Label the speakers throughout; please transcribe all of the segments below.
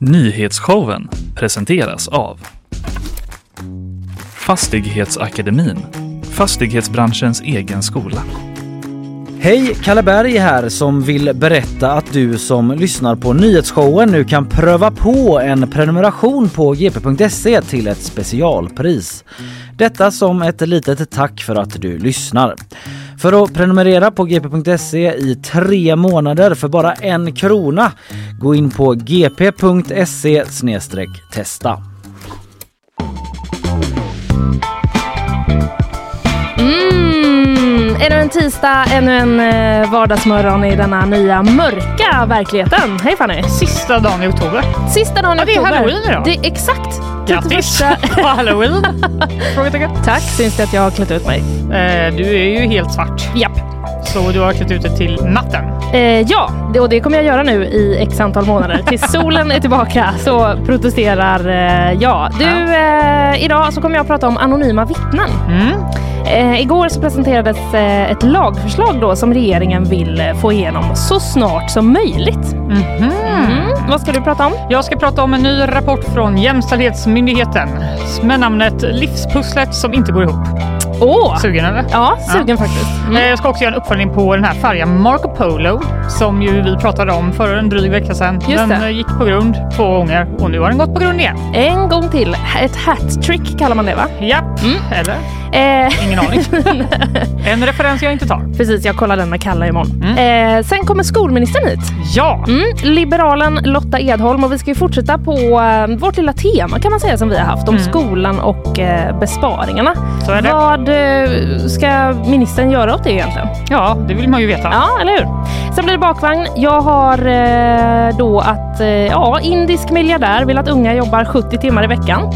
Speaker 1: Nyhetsshowen presenteras av Fastighetsakademin, fastighetsbranschens egen skola.
Speaker 2: Hej, Kalle Berg här som vill berätta att du som lyssnar på nyhetsshowen nu kan pröva på en prenumeration på gp.se till ett specialpris. Detta som ett litet tack för att du lyssnar. För att prenumerera på gp.se i 3 månader för bara 1 krona, gå in på gp.se/testa.
Speaker 3: Ännu en tisdag, ännu en vardagsmorgon i denna nya mörka verkligheten. Hej Fanny.
Speaker 4: Sista dagen i oktober.
Speaker 3: Sista dagen i oktober.
Speaker 4: Det är Halloween idag.
Speaker 3: Det är exakt.
Speaker 4: Grattis på Halloween.
Speaker 3: Tack, syns det att jag har klätt ut mig.
Speaker 4: Du är ju helt svart.
Speaker 3: Japp.
Speaker 4: Så du har klätt ut det till natten.
Speaker 3: Ja, och det kommer jag göra nu i x antal månader. Tills solen är tillbaka så protesterar jag. Idag så kommer jag att prata om anonyma vittnen. Igår så presenterades ett lagförslag då som regeringen vill få igenom så snart som möjligt. Vad ska du prata om?
Speaker 4: Jag ska prata om en ny rapport från Jämställdhetsmyndigheten med namnet Livspusslet som inte går ihop. Sugen eller?
Speaker 3: Ja, sugen faktiskt.
Speaker 4: Jag ska också göra en uppföljning på den här färjan Marco Polo som ju vi pratade om för en dryg vecka sedan. Den gick på grund 2 gånger och nu har den gått på grund igen.
Speaker 3: En gång till. Ett hat-trick kallar man det, va?
Speaker 4: Japp, eller? Ingen aning. En referens jag inte tar.
Speaker 3: Precis, jag kollar den med Kalla imorgon. Sen kommer skolministern hit.
Speaker 4: Ja!
Speaker 3: Liberalen Lotta Edholm, och vi ska ju fortsätta på vårt lilla tema kan man säga som vi har haft om skolan och besparingarna.
Speaker 4: Så är det.
Speaker 3: Vad ska ministern göra åt det egentligen?
Speaker 4: Ja, det vill man ju veta.
Speaker 3: Ja, eller hur? Sen blir det bakvagn. Jag har då att indisk miljardär vill att unga jobbar 70 timmar i veckan.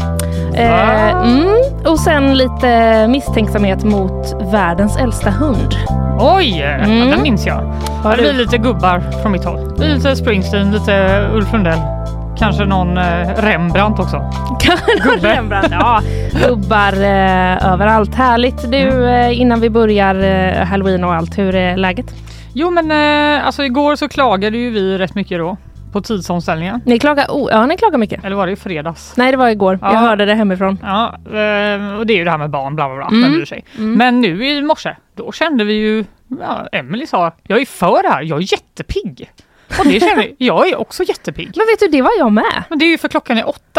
Speaker 3: Och sen lite misstänksamhet mot världens äldsta hund.
Speaker 4: Oj, den minns jag. Det blir lite gubbar från mitt håll. Det blir lite Springsteen, lite Ulf Lundell. Kanske någon Rembrandt också.
Speaker 3: Rembrandt, ja. Gubbar överallt. Härligt. Du, innan vi börjar Halloween och allt, hur är läget?
Speaker 4: Jo, men alltså igår så klagade ju vi rätt mycket då på tidsomställningen.
Speaker 3: Ni klagar mycket.
Speaker 4: Eller var det i fredags?
Speaker 3: Nej, det var igår. Ja. Jag hörde det hemifrån.
Speaker 4: Ja, och det är ju det här med barn, bla bla bla. Vem bryr sig. Men nu i morse, då kände vi ju, Emily sa, jag är för det här, jag är jättepigg. Och det känner jag är också jättepigg.
Speaker 3: Men vet du, det var jag med.
Speaker 4: Men det är ju för klockan är 8.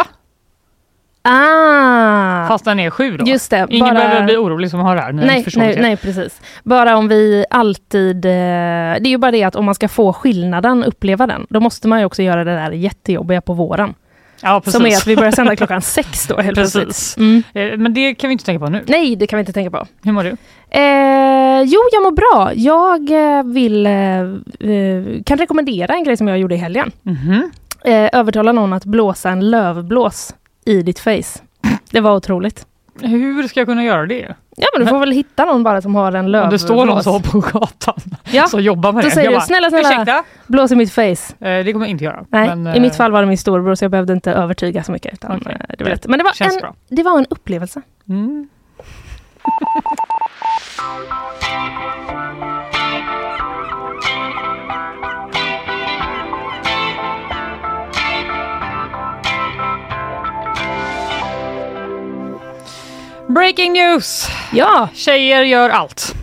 Speaker 4: Fast den är 7 då.
Speaker 3: Just det.
Speaker 4: Ingen behöver bli orolig som har det här.
Speaker 3: Nej, precis. Bara om vi alltid... det är ju bara det att om man ska få skillnaden, uppleva den, då måste man ju också göra det där jättejobbiga på våren.
Speaker 4: Ja, precis.
Speaker 3: Som är att vi börjar sända klockan 6 då. Helt
Speaker 4: precis. Men det kan vi inte tänka på nu.
Speaker 3: Nej, det kan vi inte tänka på.
Speaker 4: Hur mår du?
Speaker 3: Jo, jag mår bra. Jag kan rekommendera en grej som jag gjorde i helgen. Övertala någon att blåsa en lövblås i ditt face. Det var otroligt.
Speaker 4: Hur ska jag kunna göra det?
Speaker 3: Ja, men du får väl hitta någon bara som har en lövblås.
Speaker 4: Om det står någon så på gatan så jobbar med
Speaker 3: det. Då säger du, snälla, blås i mitt face.
Speaker 4: Det kommer jag inte göra.
Speaker 3: Nej, men, i mitt fall var det min storbror så jag behövde inte övertyga så mycket. Utan, det var rätt. Men det var en upplevelse.
Speaker 4: Breaking news!
Speaker 3: Ja!
Speaker 4: Tjejer gör allt.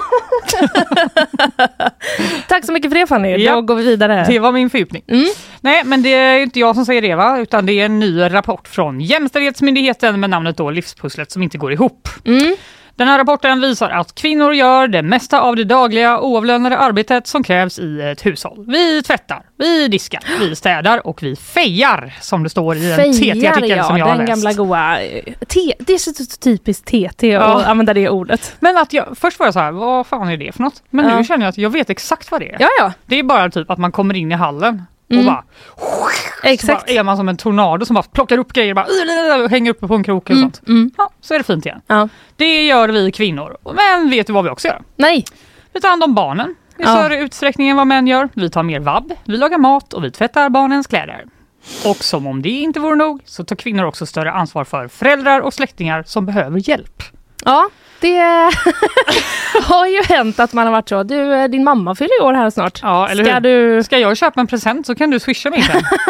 Speaker 3: Tack så mycket för det, Fanny. Då går vi vidare.
Speaker 4: Det var min fördjupning. Nej, men det är inte jag som säger det, va? Utan det är en ny rapport från Jämställdhetsmyndigheten med namnet då Livspusslet som inte går ihop. Den här rapporten visar att kvinnor gör det mesta av det dagliga oavlönade arbetet som krävs i ett hushåll. Vi tvättar, vi diskar, vi städar och vi fejar, som det står i en TT-artikel som jag har läst.
Speaker 3: Den gamla goa... Det är så typiskt TT att använda det ordet.
Speaker 4: Men att först var jag så här, vad fan är det för något? Men nu känner jag att jag vet exakt vad det är.
Speaker 3: Ja. Det
Speaker 4: är bara typ att man kommer in i hallen och bara...
Speaker 3: Exakt.
Speaker 4: Så bara är man som en tornado som bara plockar upp grejer och hänger uppe på en krok och sånt. Ja, så är det fint igen.
Speaker 3: Ja.
Speaker 4: Det gör vi kvinnor. Men vet du vad vi också gör?
Speaker 3: Nej.
Speaker 4: Vi tar hand om barnen i större utsträckning än vad män gör. Vi tar mer vabb, vi lagar mat och vi tvättar barnens kläder. Och som om det inte vore nog så tar kvinnor också större ansvar för föräldrar och släktingar som behöver hjälp.
Speaker 3: Ja, det har ju hänt att man har varit så. Du, din mamma fyller år här snart.
Speaker 4: Ja, eller hur? Ska jag köpa en present så kan du swisha mig sen.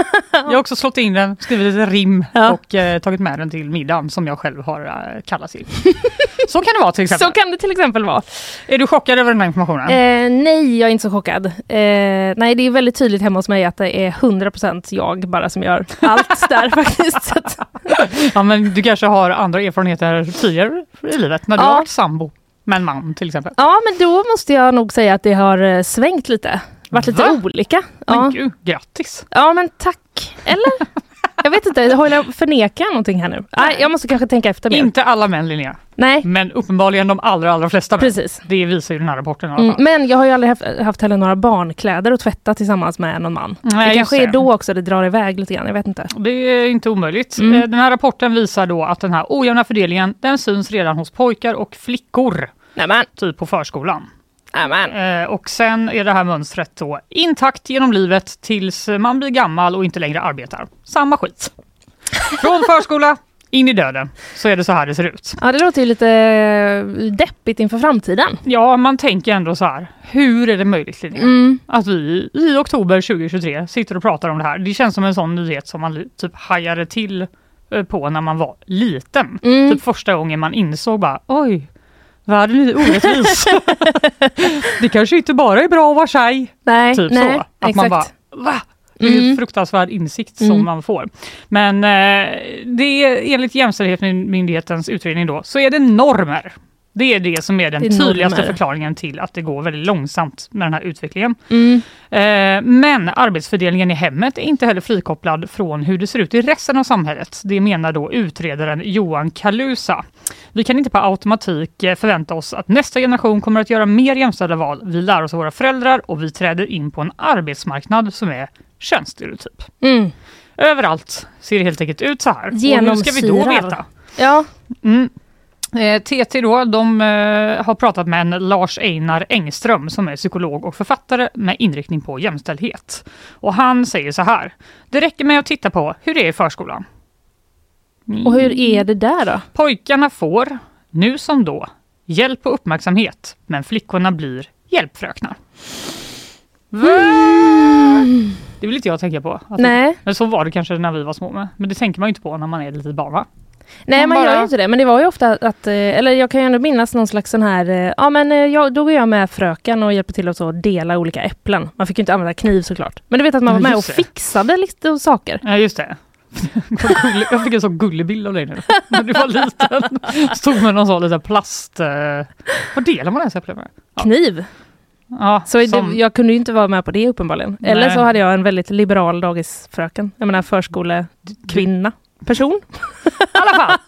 Speaker 4: Jag har också slått in den, skrivit ett rim och tagit med den till middagen som jag själv har kallat till. Så kan det vara till exempel.
Speaker 3: Så kan det till exempel vara.
Speaker 4: Är du chockad över den här informationen?
Speaker 3: Nej, jag är inte så chockad. Nej, det är väldigt tydligt hemma hos mig att det är 100% jag bara som gör allt där faktiskt.
Speaker 4: Ja, men du kanske har andra erfarenheter tidigare i livet när du har varit sambo med en man till exempel. Ja,
Speaker 3: men då måste jag nog säga att det har svängt lite. Varit lite olika.
Speaker 4: Men gud, grattis.
Speaker 3: Ja, men tack. Eller? Jag vet inte, förnekar jag någonting här nu? Nej, jag måste kanske tänka efter mer.
Speaker 4: Inte alla män, Linnea.
Speaker 3: Nej.
Speaker 4: Men uppenbarligen de allra flesta män.
Speaker 3: Precis.
Speaker 4: Det visar ju den här rapporten i alla fall.
Speaker 3: Men jag har ju aldrig haft heller några barnkläder att tvätta tillsammans med någon man.
Speaker 4: Nej,
Speaker 3: det kanske är då också det drar iväg lite grann, jag vet inte.
Speaker 4: Det är inte omöjligt. Den här rapporten visar då att den här ojämna fördelningen, den syns redan hos pojkar och flickor.
Speaker 3: Nämen.
Speaker 4: Typ på förskolan.
Speaker 3: Nämen.
Speaker 4: Och sen är det här mönstret då intakt genom livet tills man blir gammal och inte längre arbetar. Samma skit. Från förskola in i döden. Så är det så här det ser ut.
Speaker 3: Ja, det låter ju lite deppigt inför framtiden.
Speaker 4: Ja, man tänker ändå så här. Hur är det möjligt, Linnea? Att vi i oktober 2023 sitter och pratar om det här. Det känns som en sån nyhet som man typ hajade till på när man var liten. Typ första gången man insåg bara, oj, världen är orättvis. Det kanske inte bara är bra att vara tjej.
Speaker 3: Nej,
Speaker 4: typ
Speaker 3: nej,
Speaker 4: så. Att
Speaker 3: exakt.
Speaker 4: man bara, va? Det är en fruktansvärd insikt som man får. Men det är, enligt Jämställdhetsmyndighetens utredning då, så är det normer. Det är det som är den tydligaste förklaringen till att det går väldigt långsamt med den här utvecklingen. Men arbetsfördelningen i hemmet är inte heller frikopplad från hur det ser ut i resten av samhället. Det menar då utredaren Johan Kalusa. Vi kan inte på automatik förvänta oss att nästa generation kommer att göra mer jämställda val. Vi lär oss av våra föräldrar och vi träder in på en arbetsmarknad som är könsstereotyp. Överallt ser det helt enkelt ut så här. Och hur ska vi då veta?
Speaker 3: Ja.
Speaker 4: TT då, de har pratat med en Lars Einar Engström som är psykolog och författare med inriktning på jämställdhet. Och han säger så här: det räcker med att titta på hur det är i förskolan.
Speaker 3: Och hur är det där då?
Speaker 4: Pojkarna får, nu som då, hjälp och uppmärksamhet, men flickorna blir hjälpfröknar. Det vill inte jag tänka på.
Speaker 3: Nej.
Speaker 4: Men så var det kanske när vi var små med. Men det tänker man ju inte på när man är lite barn, va?
Speaker 3: Nej, man gör ju inte det. Men det var ju ofta att, eller jag kan ju ändå minnas någon slags sån här, då går jag med fröken och hjälper till att så dela olika äpplen. Man fick ju inte använda kniv såklart. Men du vet att man var med och fixade lite saker.
Speaker 4: Ja, just det. Jag fick en så gullig bild av dig nu. När du var liten. Stod med någon sån liten plast. Vad delar man ens äpplen med? Ja.
Speaker 3: Kniv.
Speaker 4: Ja,
Speaker 3: så jag kunde ju inte vara med på det uppenbarligen. Nej. Eller så hade jag en väldigt liberal dagisfröken. Jag menar förskolekvinna. Person.
Speaker 4: I alla fall.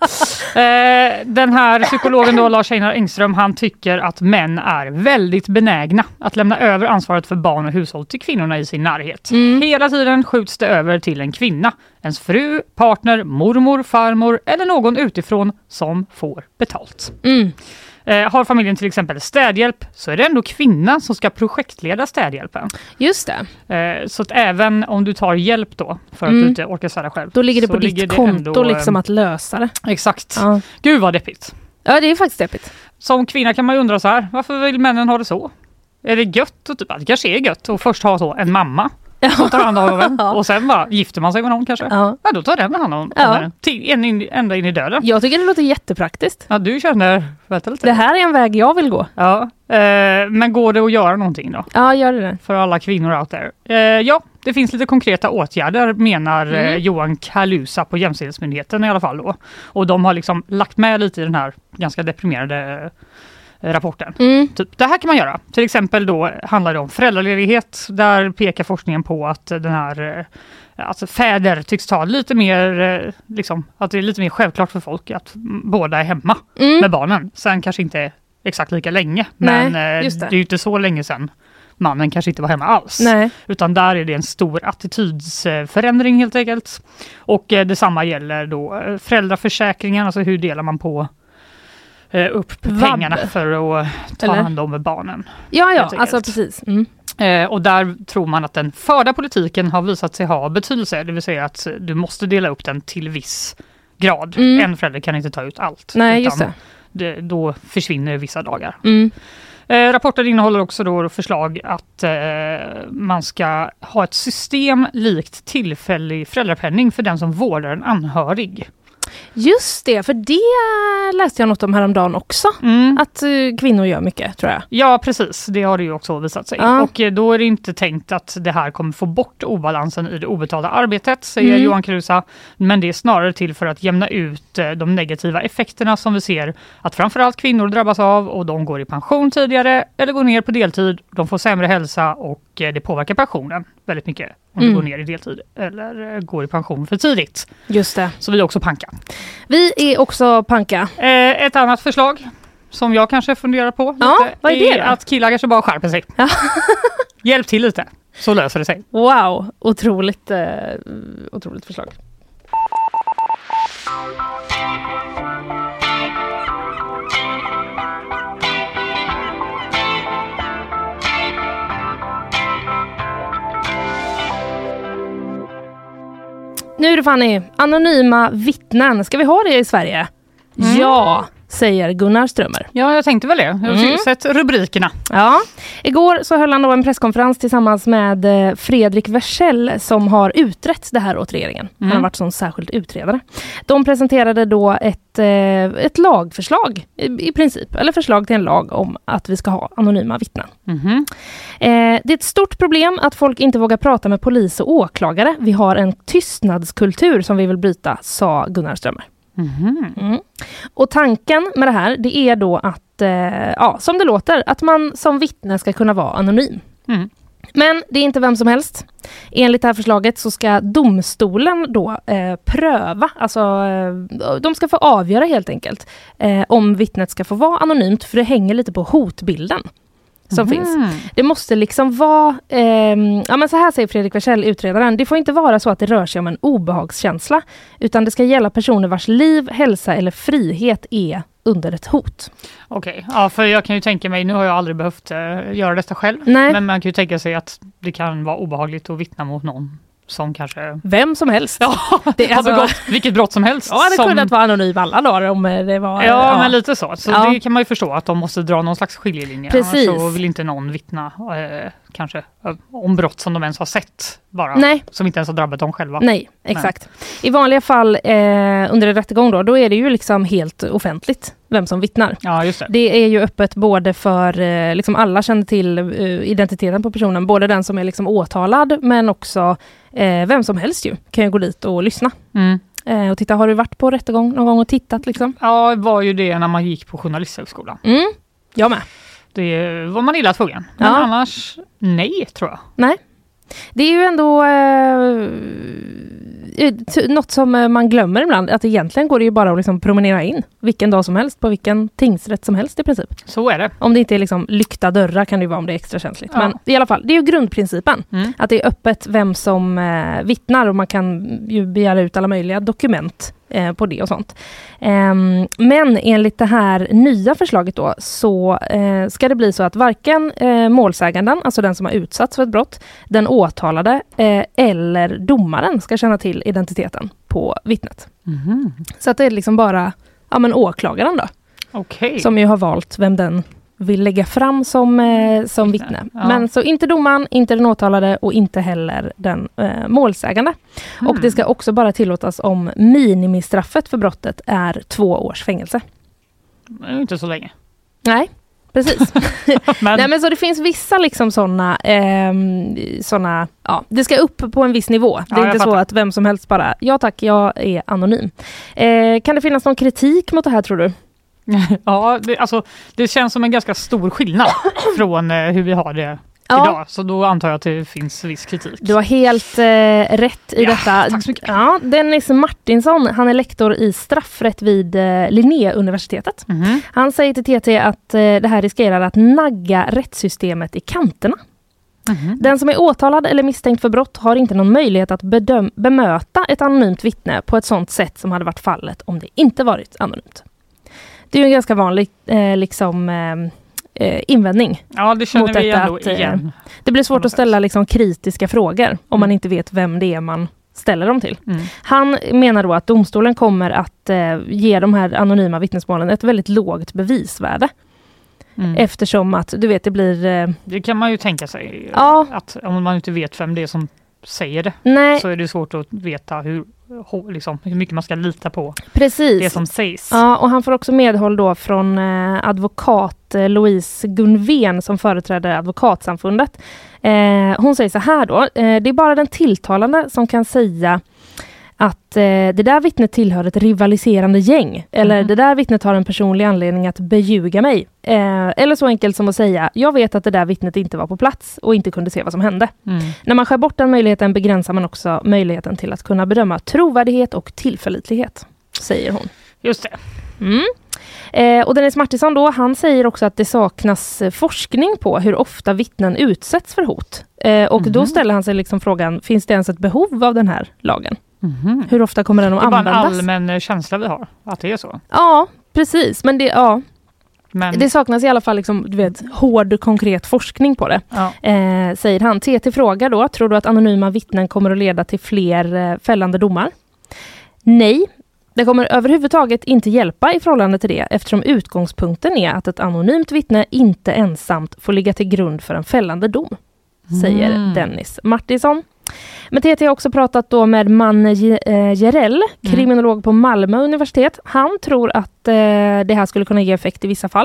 Speaker 4: Den här psykologen då, Lars Einar Engström, han tycker att män är väldigt benägna att lämna över ansvaret för barn och hushåll till kvinnorna i sin närhet. Hela tiden skjuts det över till en kvinna. Ens fru, partner, mormor, farmor eller någon utifrån som får betalt. Har familjen till exempel städhjälp så är det ändå kvinnan som ska projektleda städhjälpen.
Speaker 3: Just
Speaker 4: det. Så att även om du tar hjälp då för att du inte orkar städa själv.
Speaker 3: Då ligger det på ditt konto ändå, liksom att lösa det.
Speaker 4: Exakt. Ja. Gud vad deppigt.
Speaker 3: Ja, det är faktiskt deppigt.
Speaker 4: Som kvinna kan man ju undra så här, varför vill männen ha det så? Är det gött? Och typ, det kanske är gött att först ha så en mamma. Som tar hand om en. Och sen bara gifter man sig med någon kanske. Ja, då tar den hand om den. Ända in i döden.
Speaker 3: Jag tycker det låter jättepraktiskt.
Speaker 4: Ja, du känner, vänta lite.
Speaker 3: Det här är en väg jag vill gå.
Speaker 4: Ja, men går det att göra någonting då?
Speaker 3: Ja, gör det.
Speaker 4: För alla kvinnor out there. Ja, det finns lite konkreta åtgärder menar Johan Kalusa på Jämställdhetsmyndigheten i alla fall då. Och de har liksom lagt med lite i den här ganska deprimerade rapporten. Typ, det här kan man göra. Till exempel då handlar det om föräldraledighet. Där pekar forskningen på att den här alltså fäder tycks ta lite mer liksom, att det är lite mer självklart för folk att båda är hemma med barnen. Sen kanske inte exakt lika länge. Men det är ju inte så länge sedan mannen kanske inte var hemma alls. Nej. Utan där är det en stor attitydsförändring helt enkelt. Och detsamma gäller då föräldraförsäkringen. Alltså hur delar man på upp pengarna för att ta hand om barnen.
Speaker 3: Ja, alltså precis.
Speaker 4: Och där tror man att den förda politiken har visat sig ha betydelse. Det vill säga att du måste dela upp den till viss grad. En förälder kan inte ta ut allt.
Speaker 3: Nej, just
Speaker 4: det. Då försvinner vissa dagar. Rapporten innehåller också då förslag att man ska ha ett system likt tillfällig föräldrapenning för den som vårdar en anhörig.
Speaker 3: Just det, för det läste jag något om häromdagen också. Att kvinnor gör mycket, tror jag.
Speaker 4: Ja, precis. Det har det ju också visat sig. Och då är det inte tänkt att det här kommer få bort obalansen i det obetalda arbetet, säger Johan Krusa. Men det är snarare till för att jämna ut de negativa effekterna som vi ser att framförallt kvinnor drabbas av, och de går i pension tidigare eller går ner på deltid. De får sämre hälsa och det påverkar pensionen väldigt mycket om du går ner i deltid eller går i pension för tidigt.
Speaker 3: Just det.
Speaker 4: Så vi är också panka.
Speaker 3: Vi är också panka.
Speaker 4: Ett annat förslag som jag kanske funderar på lite,
Speaker 3: vad är det då?
Speaker 4: Att killar kanske bara skärper sig. Hjälp till lite, så löser det sig.
Speaker 3: Wow, otroligt förslag. Nu är det Fanny, anonyma vittnen. Ska vi ha det i Sverige? Ja, säger Gunnar Strömmer.
Speaker 4: Ja, jag tänkte väl det. Jag har sett rubrikerna.
Speaker 3: Ja, igår så höll han då en presskonferens tillsammans med Fredrik Wersäll som har utrett det här åt regeringen. Han har varit som särskild utredare. De presenterade då ett lagförslag i princip, eller förslag till en lag om att vi ska ha anonyma vittnen. Det är ett stort problem att folk inte vågar prata med polis och åklagare. Vi har en tystnadskultur som vi vill bryta, sa Gunnar Strömmer. Och tanken med det här, det är då att, som det låter, att man som vittne ska kunna vara anonym. Men det är inte vem som helst. Enligt det här förslaget så ska domstolen då pröva, alltså de ska få avgöra helt enkelt om vittnet ska få vara anonymt, för det hänger lite på hotbilden som finns. Det måste liksom vara, men så här säger Fredrik Wersäll, utredaren, det får inte vara så att det rör sig om en obehagskänsla, utan det ska gälla personer vars liv, hälsa eller frihet är under ett hot.
Speaker 4: Okej, ja, för jag kan ju tänka mig, nu har jag aldrig behövt göra detta själv, men man kan ju tänka sig att det kan vara obehagligt att vittna mot någon som kanske...
Speaker 3: Vem som helst.
Speaker 4: Ja, det är alltså... begått vilket brott som helst.
Speaker 3: Ja, det kunde vara anonym alla dagar om det var...
Speaker 4: Ja, men lite så. Så det kan man ju förstå att de måste dra någon slags skiljelinje.
Speaker 3: Precis.
Speaker 4: Så vill inte någon vittna kanske om brott som de ens har sett bara.
Speaker 3: Nej.
Speaker 4: Som inte ens har drabbat dem själva.
Speaker 3: Nej, exakt. Nej. I vanliga fall under en rättegång då är det ju liksom helt offentligt vem som vittnar.
Speaker 4: Ja, just det.
Speaker 3: Det är ju öppet både för liksom alla känner till identiteten på personen, både den som är liksom åtalad men också vem som helst ju kan ju gå dit och lyssna. Och titta, har du varit på rättegång någon gång och tittat liksom?
Speaker 4: Ja, det var ju det när man gick på journalisthögskolan.
Speaker 3: Jag med.
Speaker 4: Det var man illa tvungen. Men annars, nej, tror jag.
Speaker 3: Nej. Det är ju ändå något som man glömmer ibland, att egentligen går det ju bara att liksom promenera in vilken dag som helst på vilken tingsrätt som helst i princip.
Speaker 4: Så är det.
Speaker 3: Om det inte är liksom lyckta dörrar kan det ju vara om det är extra känsligt. Men i alla fall, det är ju grundprincipen. Att det är öppet vem som vittnar, och man kan ju begära ut alla möjliga dokument på det och sånt. Men enligt det här nya förslaget då så ska det bli så att varken målsäganden, alltså den som har utsatts för ett brott, den åtalade eller domaren ska känna till identiteten på vittnet. Så att det är liksom bara åklagaren då.
Speaker 4: Okay.
Speaker 3: Som ju har valt vem den vill lägga fram som vittne. Ja. Men så inte domaren, inte den åtalade och inte heller den målsägande. Och det ska också bara tillåtas om minimistraffet för brottet är 2 års fängelse.
Speaker 4: Det är inte så länge.
Speaker 3: Nej, precis. Nej, men så det finns vissa liksom sådana, det ska upp på en viss nivå. Det är inte så att vem som helst bara, ja tack, jag är anonym. Kan det finnas någon kritik mot det här, tror du?
Speaker 4: Ja, det känns som en ganska stor skillnad från hur vi har det idag. Så då antar jag att det finns viss kritik. Du har helt rätt i detta.
Speaker 3: Tack så mycket. Ja, Dennis Martinsson, han är lektor i straffrätt vid Linnéuniversitetet. Han säger till TT att det här riskerar att nagga rättssystemet i kanterna. Den som är åtalad eller misstänkt för brott har inte någon möjlighet att bemöta ett anonymt vittne på ett sådant sätt som hade varit fallet om det inte varit anonymt. Det är ju en ganska vanlig invändning.
Speaker 4: Ja, det känner vi ändå igen.
Speaker 3: Det blir svårt att ställa liksom kritiska frågor om man inte vet vem det är man ställer dem till. Han menar då att domstolen kommer att ge de här anonyma vittnesmålen ett väldigt lågt bevisvärde. eftersom att du vet det blir...
Speaker 4: Det kan man ju tänka sig.
Speaker 3: Ja.
Speaker 4: Att om man inte vet vem det är som säger det, så är det svårt att veta hur mycket man ska lita på.
Speaker 3: Precis.
Speaker 4: Det som sägs.
Speaker 3: Ja, och han får också medhåll då från advokat Louise Gunvén som företräder advokatsamfundet. Hon säger så här då, det är bara den tilltalande som kan säga att det där vittnet tillhör ett rivaliserande gäng. Eller det där vittnet har en personlig anledning att beljuga mig. Eller så enkelt som att säga, jag vet att det där vittnet inte var på plats och inte kunde se vad som hände. När man skär bort den möjligheten begränsar man också möjligheten till att kunna bedöma trovärdighet och tillförlitlighet, säger hon.
Speaker 4: Just
Speaker 3: det. Och Dennis Martinsson då, han säger också att det saknas forskning på hur ofta vittnen utsätts för hot. Och då ställer han sig liksom frågan, finns det ens ett behov av den här lagen? Hur ofta kommer den att användas? Det är bara
Speaker 4: en allmän känsla vi har, att det är så.
Speaker 3: Ja, precis. Men det saknas i alla fall liksom, du vet, hård, konkret forskning på det. Ja. Säger han. TT frågar då, tror du att anonyma vittnen kommer att leda till fler fällande domar? Nej. Det kommer överhuvudtaget inte hjälpa i förhållande till det eftersom utgångspunkten är att ett anonymt vittne inte ensamt får ligga till grund för en fällande dom, säger Dennis Martinsson. Men TT har också pratat då med Manne Jerell, kriminolog på Malmö universitet. Han tror att det här skulle kunna ge effekt i vissa fall.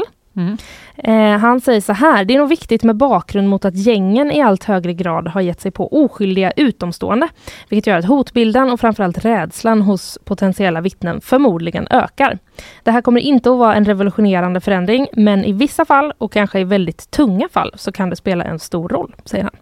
Speaker 3: Han säger så här, det är nog viktigt med bakgrund mot att gängen i allt högre grad har gett sig på oskyldiga utomstående, vilket gör att hotbilden och framförallt rädslan hos potentiella vittnen förmodligen ökar. Det här kommer inte att vara en revolutionerande förändring, men i vissa fall och kanske i väldigt tunga fall så kan det spela en stor roll, säger han.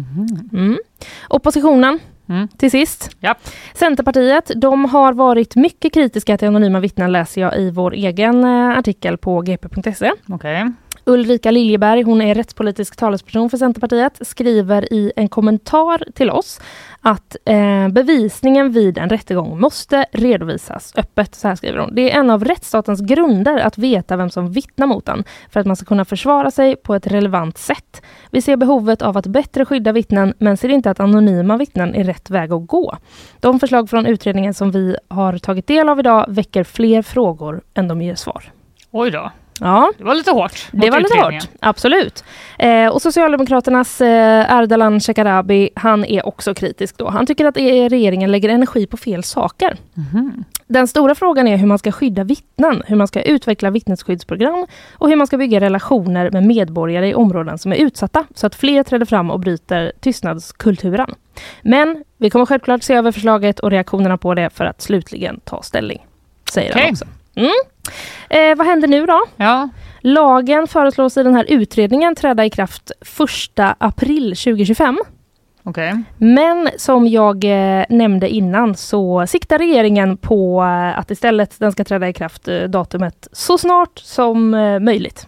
Speaker 3: Oppositionen till sist.
Speaker 4: Yep.
Speaker 3: Centerpartiet, de har varit mycket kritiska till anonyma vittnen, läser jag i vår egen artikel på gp.se.
Speaker 4: Okay.
Speaker 3: Ulrika Liljeberg, hon är rättspolitisk talesperson för Centerpartiet, skriver i en kommentar till oss att bevisningen vid en rättegång måste redovisas öppet. Så här skriver hon. Det är en av rättsstatens grunder att veta vem som vittnar mot den för att man ska kunna försvara sig på ett relevant sätt. Vi ser behovet av att bättre skydda vittnen men ser inte att anonyma vittnen är rätt väg att gå. De förslag från utredningen som vi har tagit del av idag väcker fler frågor än de ger svar.
Speaker 4: Oj då.
Speaker 3: Ja.
Speaker 4: Det var lite hårt.
Speaker 3: Det var lite hårt, absolut. Och Socialdemokraternas Ardalan Shekarabi, han är också kritisk då. Han tycker att regeringen lägger energi på fel saker. Den stora frågan är hur man ska skydda vittnen, hur man ska utveckla vittnesskyddsprogram och hur man ska bygga relationer med medborgare i områden som är utsatta så att fler träder fram och bryter tystnadskulturen. Men vi kommer självklart se över förslaget och reaktionerna på det för att slutligen ta ställning, säger han också. Vad händer nu då?
Speaker 4: Ja.
Speaker 3: Lagen föreslås i den här utredningen träda i kraft 1 april 2025.
Speaker 4: Okay.
Speaker 3: Men som jag nämnde innan så siktar regeringen på att istället den ska träda i kraft datumet så snart som möjligt.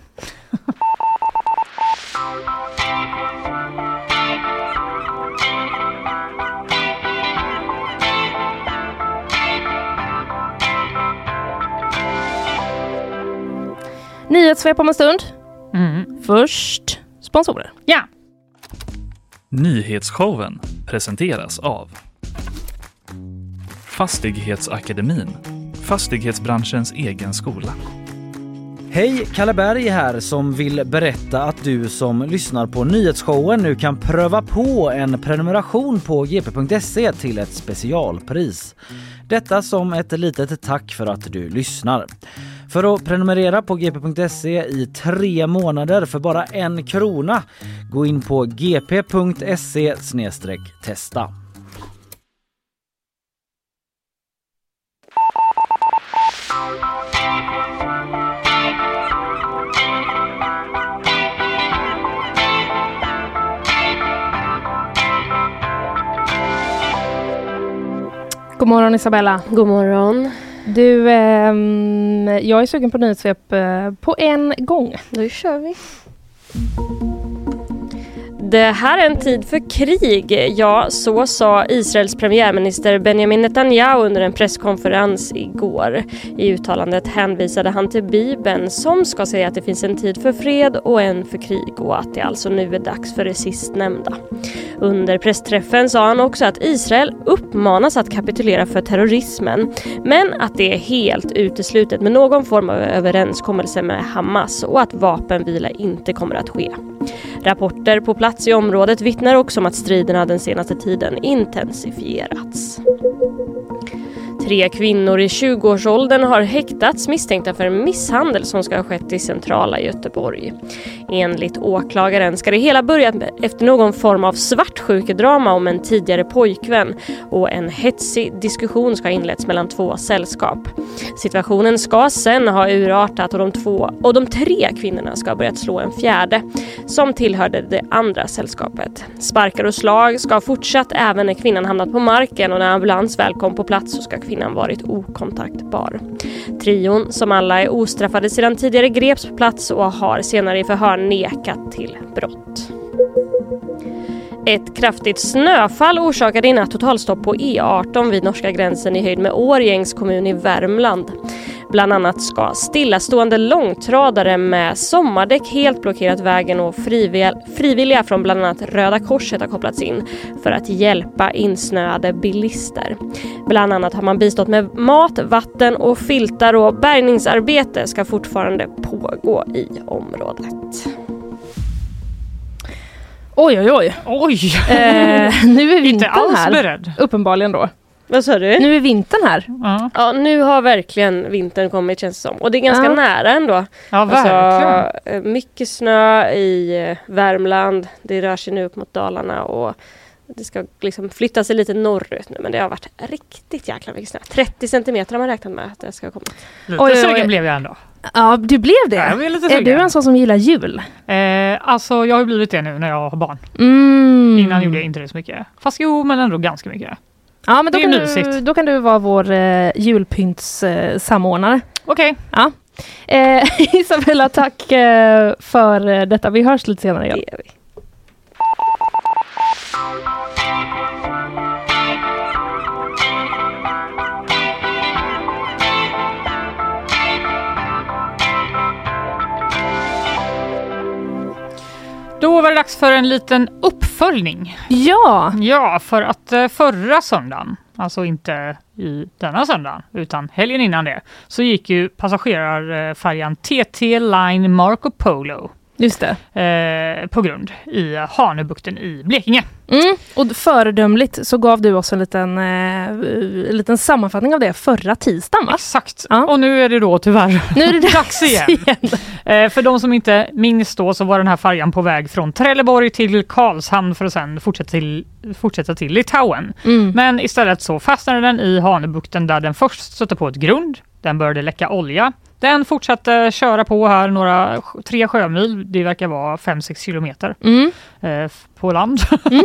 Speaker 3: Nyhetssvep om en stund. Först sponsorer.
Speaker 4: Ja.
Speaker 1: Nyhetsshowen presenteras av Fastighetsakademin, fastighetsbranschens egen skola.
Speaker 2: Hej, Kalle Berg här som vill berätta att du som lyssnar på nyhetsshowen nu kan pröva på en prenumeration på gp.se till ett specialpris. Detta som ett litet tack för att du lyssnar. För att prenumerera på gp.se i 3 månader för bara 1 krona, gå in på gp.se/testa.
Speaker 3: God morgon Isabella.
Speaker 5: God morgon.
Speaker 3: Du, jag är sugen på nyhetssvep på en gång.
Speaker 5: Nu kör vi. Det här är en tid för krig. Ja, så sa Israels premiärminister Benjamin Netanyahu under en presskonferens igår. I uttalandet hänvisade han till Bibeln som ska säga att det finns en tid för fred och en för krig och att det alltså nu är dags för det sistnämnda. Under pressträffen sa han också att Israel uppmanas att kapitulera för terrorismen, men att det är helt uteslutet med någon form av överenskommelse med Hamas och att vapenvila inte kommer att ske. Rapporter på plats i området vittnar också om att striderna den senaste tiden intensifierats. 3 kvinnor i 20-årsåldern har häktats misstänkta för en misshandel som ska ha skett i centrala Göteborg. Enligt åklagaren ska det hela börjat efter någon form av svartsjukedrama om en tidigare pojkvän och en hetsig diskussion ska ha inletts mellan 2 sällskap. Situationen ska sen ha urartat och de 3 kvinnorna ska ha börjat slå en fjärde som tillhörde det andra sällskapet. Sparkar och slag ska ha fortsatt även när kvinnan hamnat på marken och när ambulans väl kom på plats så ska kvinnan varit okontaktbar. Trion, som alla är ostraffade sedan tidigare, greps på plats och har senare i förhör nekat till brott. Ett kraftigt snöfall orsakade innan totalstopp på E18 vid norska gränsen i höjd med Årjängs kommun i Värmland. Bland annat ska stillastående långtradare med sommardäck helt blockerat vägen och frivilliga från bland annat Röda Korset har kopplats in för att hjälpa insnöade bilister. Bland annat har man bistått med mat, vatten och filtar och bärgningsarbete ska fortfarande pågå i området.
Speaker 3: Oj.
Speaker 4: Oj!
Speaker 3: Nu är vintern
Speaker 4: inte alls
Speaker 3: här.
Speaker 4: Beredd.
Speaker 3: Uppenbarligen då.
Speaker 5: Vad sa du?
Speaker 3: Nu är vintern här.
Speaker 5: Ja, nu har verkligen vintern kommit, känns det som. Och det är ganska nära ändå.
Speaker 4: Ja, verkligen.
Speaker 5: Alltså, mycket snö i Värmland. Det rör sig nu upp mot Dalarna och det ska liksom flytta sig lite norrut nu. Men det har varit riktigt jäkla mycket snö. 30 centimeter har man räknat med att det ska komma.
Speaker 4: Lite sugen blev jag ändå.
Speaker 3: Ja, du blev det.
Speaker 4: Jag blev lite
Speaker 3: är
Speaker 4: sugen.
Speaker 3: du en sån som gillar jul?
Speaker 4: Alltså, jag har blivit det nu när jag har barn. Innan gjorde jag inte det så mycket. Fast jo, men ändå ganska mycket.
Speaker 3: Ja, men
Speaker 4: då
Speaker 3: kan du vara vår julpyntssamordnare.
Speaker 4: Okej.
Speaker 3: Ja. Isabella, tack för detta. Vi hörs lite senare igen.
Speaker 5: Det gör vi.
Speaker 4: Då var det dags för en liten uppföljning.
Speaker 3: Ja!
Speaker 4: Ja, för att förra söndagen, alltså inte i denna söndag utan helgen innan det, så gick ju passagerarfärjan TT Line Marco Polo.
Speaker 3: Just det.
Speaker 4: På grund i Hanöbukten i Blekinge.
Speaker 3: Och föredömligt så gav du oss en liten sammanfattning av det förra tisdagen, va?
Speaker 4: Exakt. Ja. Och nu är det då tyvärr
Speaker 3: nu är det
Speaker 4: dags igen. För de som inte minns då så var den här färjan på väg från Trelleborg till Karlshamn för att sen fortsätta till Litauen. Men istället så fastnade den i Hanöbukten där den först stötte på ett grund. Den började läcka olja. Den fortsatte köra på här 3 sjömil, det verkar vara 5-6 kilometer på land.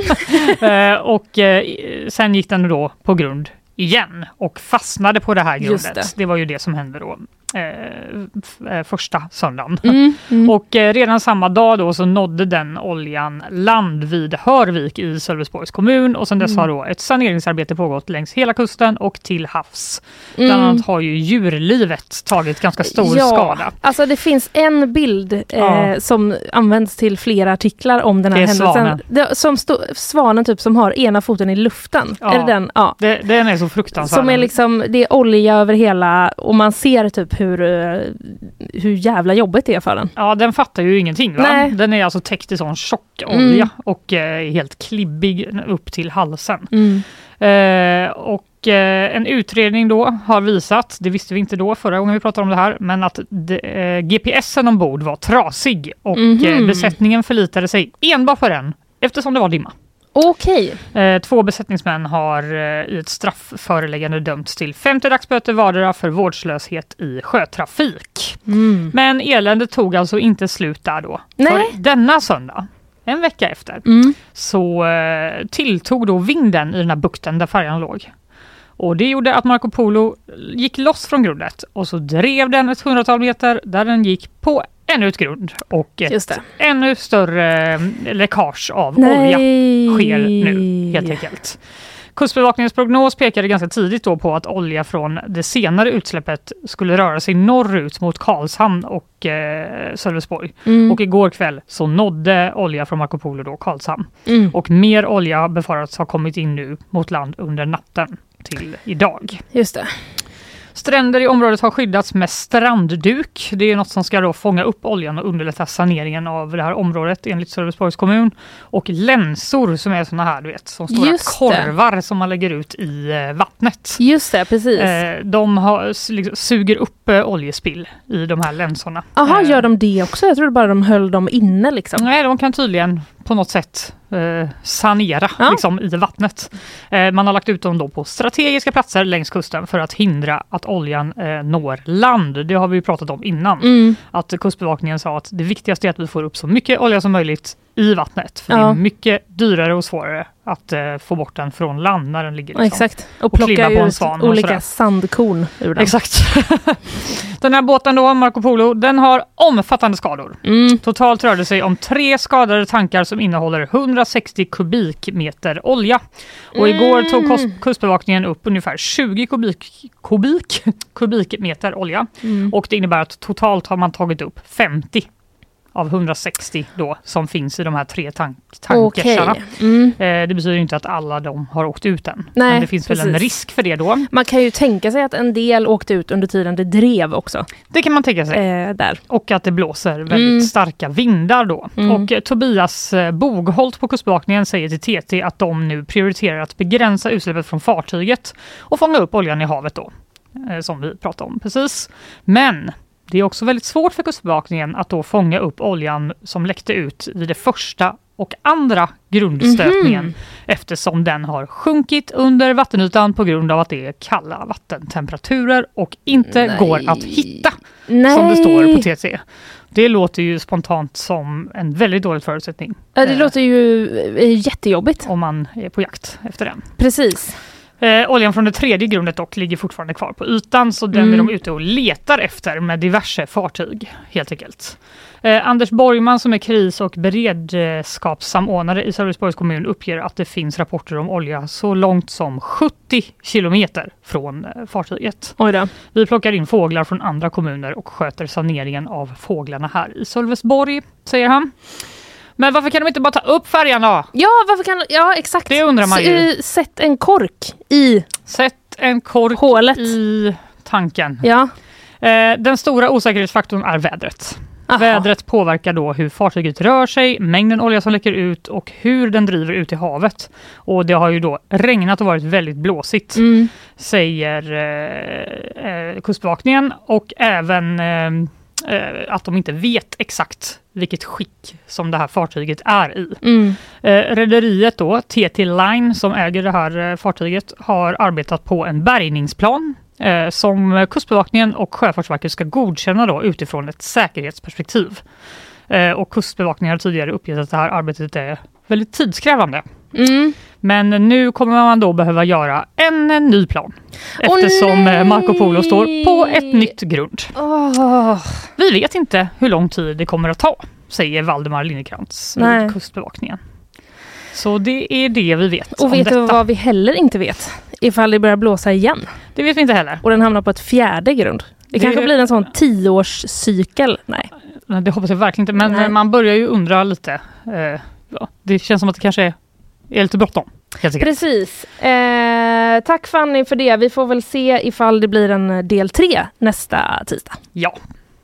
Speaker 4: Och sen gick den då på grund igen och fastnade på det här grundet. Det var ju det som hände då första söndagen. Och redan samma dag då så nådde den oljan land vid Hörvik i Sölvesborgs kommun och sen dess har då ett saneringsarbete pågått längs hela kusten och till havs. Bland annat har ju djurlivet tagit ganska stor skada.
Speaker 3: Alltså det finns en bild som används till flera artiklar om den här händelsen. Svanen typ som har ena foten i luften.
Speaker 4: Ja.
Speaker 3: Är det den? Ja.
Speaker 4: Den är så fruktansvärd.
Speaker 3: Som är liksom, det är olja över hela och man ser typ hur jävla jobbigt det är för den.
Speaker 4: Ja, den fattar ju ingenting, va?
Speaker 3: Nej.
Speaker 4: Den är alltså täckt i sån tjock olja och helt klibbig upp till halsen. Och en utredning då har visat, det visste vi inte då förra gången vi pratade om det här, men att GPSen ombord var trasig och besättningen förlitade sig enbart på den eftersom det var dimma.
Speaker 3: Okej.
Speaker 4: 2 besättningsmän har i ett straffföreläggande dömts till 50 dagsböter vardera för vårdslöshet i sjötrafik. Men eländet tog alltså inte slut där då.
Speaker 3: Nej.
Speaker 4: För denna söndag, en vecka efter, så tilltog då vinden i den här bukten där färjan låg. Och det gjorde att Marco Polo gick loss från grundet och så drev den ett 100-tal meter där den gick på ännu ett grund och
Speaker 3: Just det.
Speaker 4: ännu större läckage av olja sker nu helt enkelt. Kustbevakningens prognos pekade ganska tidigt då på att olja från det senare utsläppet skulle röra sig norrut mot Karlshamn och Sölvesborg. Och igår kväll så nådde olja från Marco Polo då Karlshamn. Och mer olja befarats ha kommit in nu mot land under natten till idag.
Speaker 3: Just det.
Speaker 4: Stränder i området har skyddats med strandduk. Det är något som ska då fånga upp oljan och underlätta saneringen av det här området enligt Sölvesborgs kommun. Och länsor som är såna här, du vet, som stora korvar som man lägger ut i vattnet.
Speaker 3: Just det, precis.
Speaker 4: De suger upp oljespill i de här länsorna.
Speaker 3: Jaha, gör de det också? Jag trodde bara de höll dem inne liksom.
Speaker 4: Nej, de kan tydligen på något sätt sanera liksom, i vattnet. Man har lagt ut dem då på strategiska platser längs kusten för att hindra att oljan når land. Det har vi ju pratat om innan. Att Kustbevakningen sa att det viktigaste är att vi får upp så mycket olja som möjligt i vattnet. För det är mycket dyrare och svårare att få bort den från land när den ligger liksom,
Speaker 3: exakt. Och plocka ut olika sandkorn ur den.
Speaker 4: Exakt. Den här båten då, Marco Polo, den har omfattande skador. Totalt rör det sig om 3 skadade tankar som innehåller 160 kubikmeter olja. Och igår tog Kustbevakningen upp ungefär 20 kubikmeter olja. Och det innebär att totalt har man tagit upp 50 av 160 då som finns i de här 3 tankersarna. Det betyder inte att alla de har åkt ut än.
Speaker 3: Nej,
Speaker 4: men det finns väl en risk för det då. Man
Speaker 3: kan ju tänka sig att en del åkte ut under tiden det drev också.
Speaker 4: Det kan man tänka sig.
Speaker 3: Där.
Speaker 4: Och att det blåser väldigt starka vindar då. Och Tobias Bogholt på Kustbevakningen säger till TT att de nu prioriterar att begränsa utsläppet från fartyget och fånga upp oljan i havet då. Som vi pratade om precis. Men det är också väldigt svårt för Kustbevakningen att då fånga upp oljan som läckte ut vid det första och andra grundstötningen eftersom den har sjunkit under vattenytan på grund av att det är kalla vattentemperaturer och inte går att hitta som det står på TT. Det låter ju spontant som en väldigt dålig förutsättning.
Speaker 3: Ja, det låter ju jättejobbigt.
Speaker 4: Om man är på jakt efter den.
Speaker 3: Precis.
Speaker 4: Oljan från det 3:e grundet dock ligger fortfarande kvar på ytan så den är de ute och letar efter med diverse fartyg helt enkelt. Anders Borgman som är kris- och beredskapssamordnare i Sölvesborgs kommun uppger att det finns rapporter om olja så långt som 70 kilometer från fartyget.
Speaker 3: Oj då.
Speaker 4: Vi plockar in fåglar från andra kommuner och sköter saneringen av fåglarna här i Sölvesborg, säger han. Men varför kan de inte bara ta upp färjan då?
Speaker 3: Ja, exakt.
Speaker 4: Det undrar man ju.
Speaker 3: Sätt en kork i
Speaker 4: hålet i tanken.
Speaker 3: Ja.
Speaker 4: Den stora osäkerhetsfaktorn är vädret.
Speaker 3: Aha.
Speaker 4: Vädret påverkar då hur fartyget rör sig, mängden olja som läcker ut och hur den driver ut i havet. Och det har ju då regnat och varit väldigt blåsigt, säger Kustbevakningen. Och även att de inte vet exakt vilket skick som det här fartyget är i. Rederiet då, TT Line som äger det här fartyget har arbetat på en bärgningsplan som Kustbevakningen och Sjöfartsverket ska godkänna då utifrån ett säkerhetsperspektiv. Och Kustbevakningen har tidigare uppgett att det här arbetet är väldigt tidskrävande. Men nu kommer man då behöva göra en ny plan eftersom Marco Polo står på ett nytt grund. Vi vet inte hur lång tid det kommer att ta, säger Valdemar Linnekrantz i Kustbevakningen. Så det är det vi vet.
Speaker 3: Och vet du vad vi heller inte vet? Ifall det börjar blåsa igen.
Speaker 4: Det vet vi inte heller.
Speaker 3: Och den hamnar på ett 4:e grund. Det kanske blir en sån 10-årscykel. Nej,
Speaker 4: det hoppas jag verkligen inte. Men man börjar ju undra lite. Det känns som att det kanske är lite bråttom.
Speaker 3: Precis. Tack Fanny för det. Vi får väl se ifall det blir en del 3 nästa tisdag.
Speaker 4: Ja.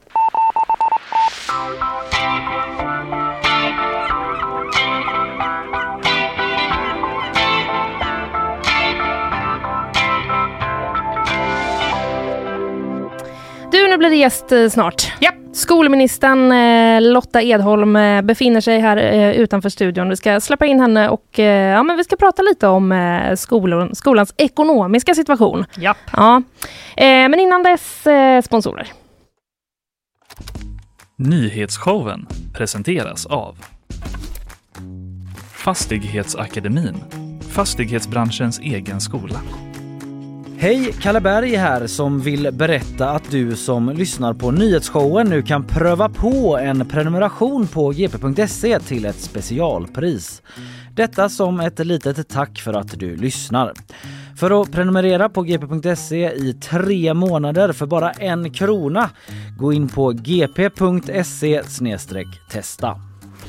Speaker 3: Du, nu blir det gäst snart.
Speaker 4: Ja.
Speaker 3: Skolministern Lotta Edholm befinner sig här utanför studion. Vi ska släppa in henne och men vi ska prata lite om skolans ekonomiska situation.
Speaker 4: Ja.
Speaker 3: Men innan dess sponsorer.
Speaker 1: Nyhetsshowen presenteras av Fastighetsakademin, fastighetsbranschens egen skola.
Speaker 2: Hej, Kalle Berg här som vill berätta att du som lyssnar på nyhetsshowen nu kan pröva på en prenumeration på gp.se till ett specialpris. Detta som ett litet tack för att du lyssnar. För att prenumerera på gp.se i 3 månader för bara 1 krona, gå in på gp.se/testa.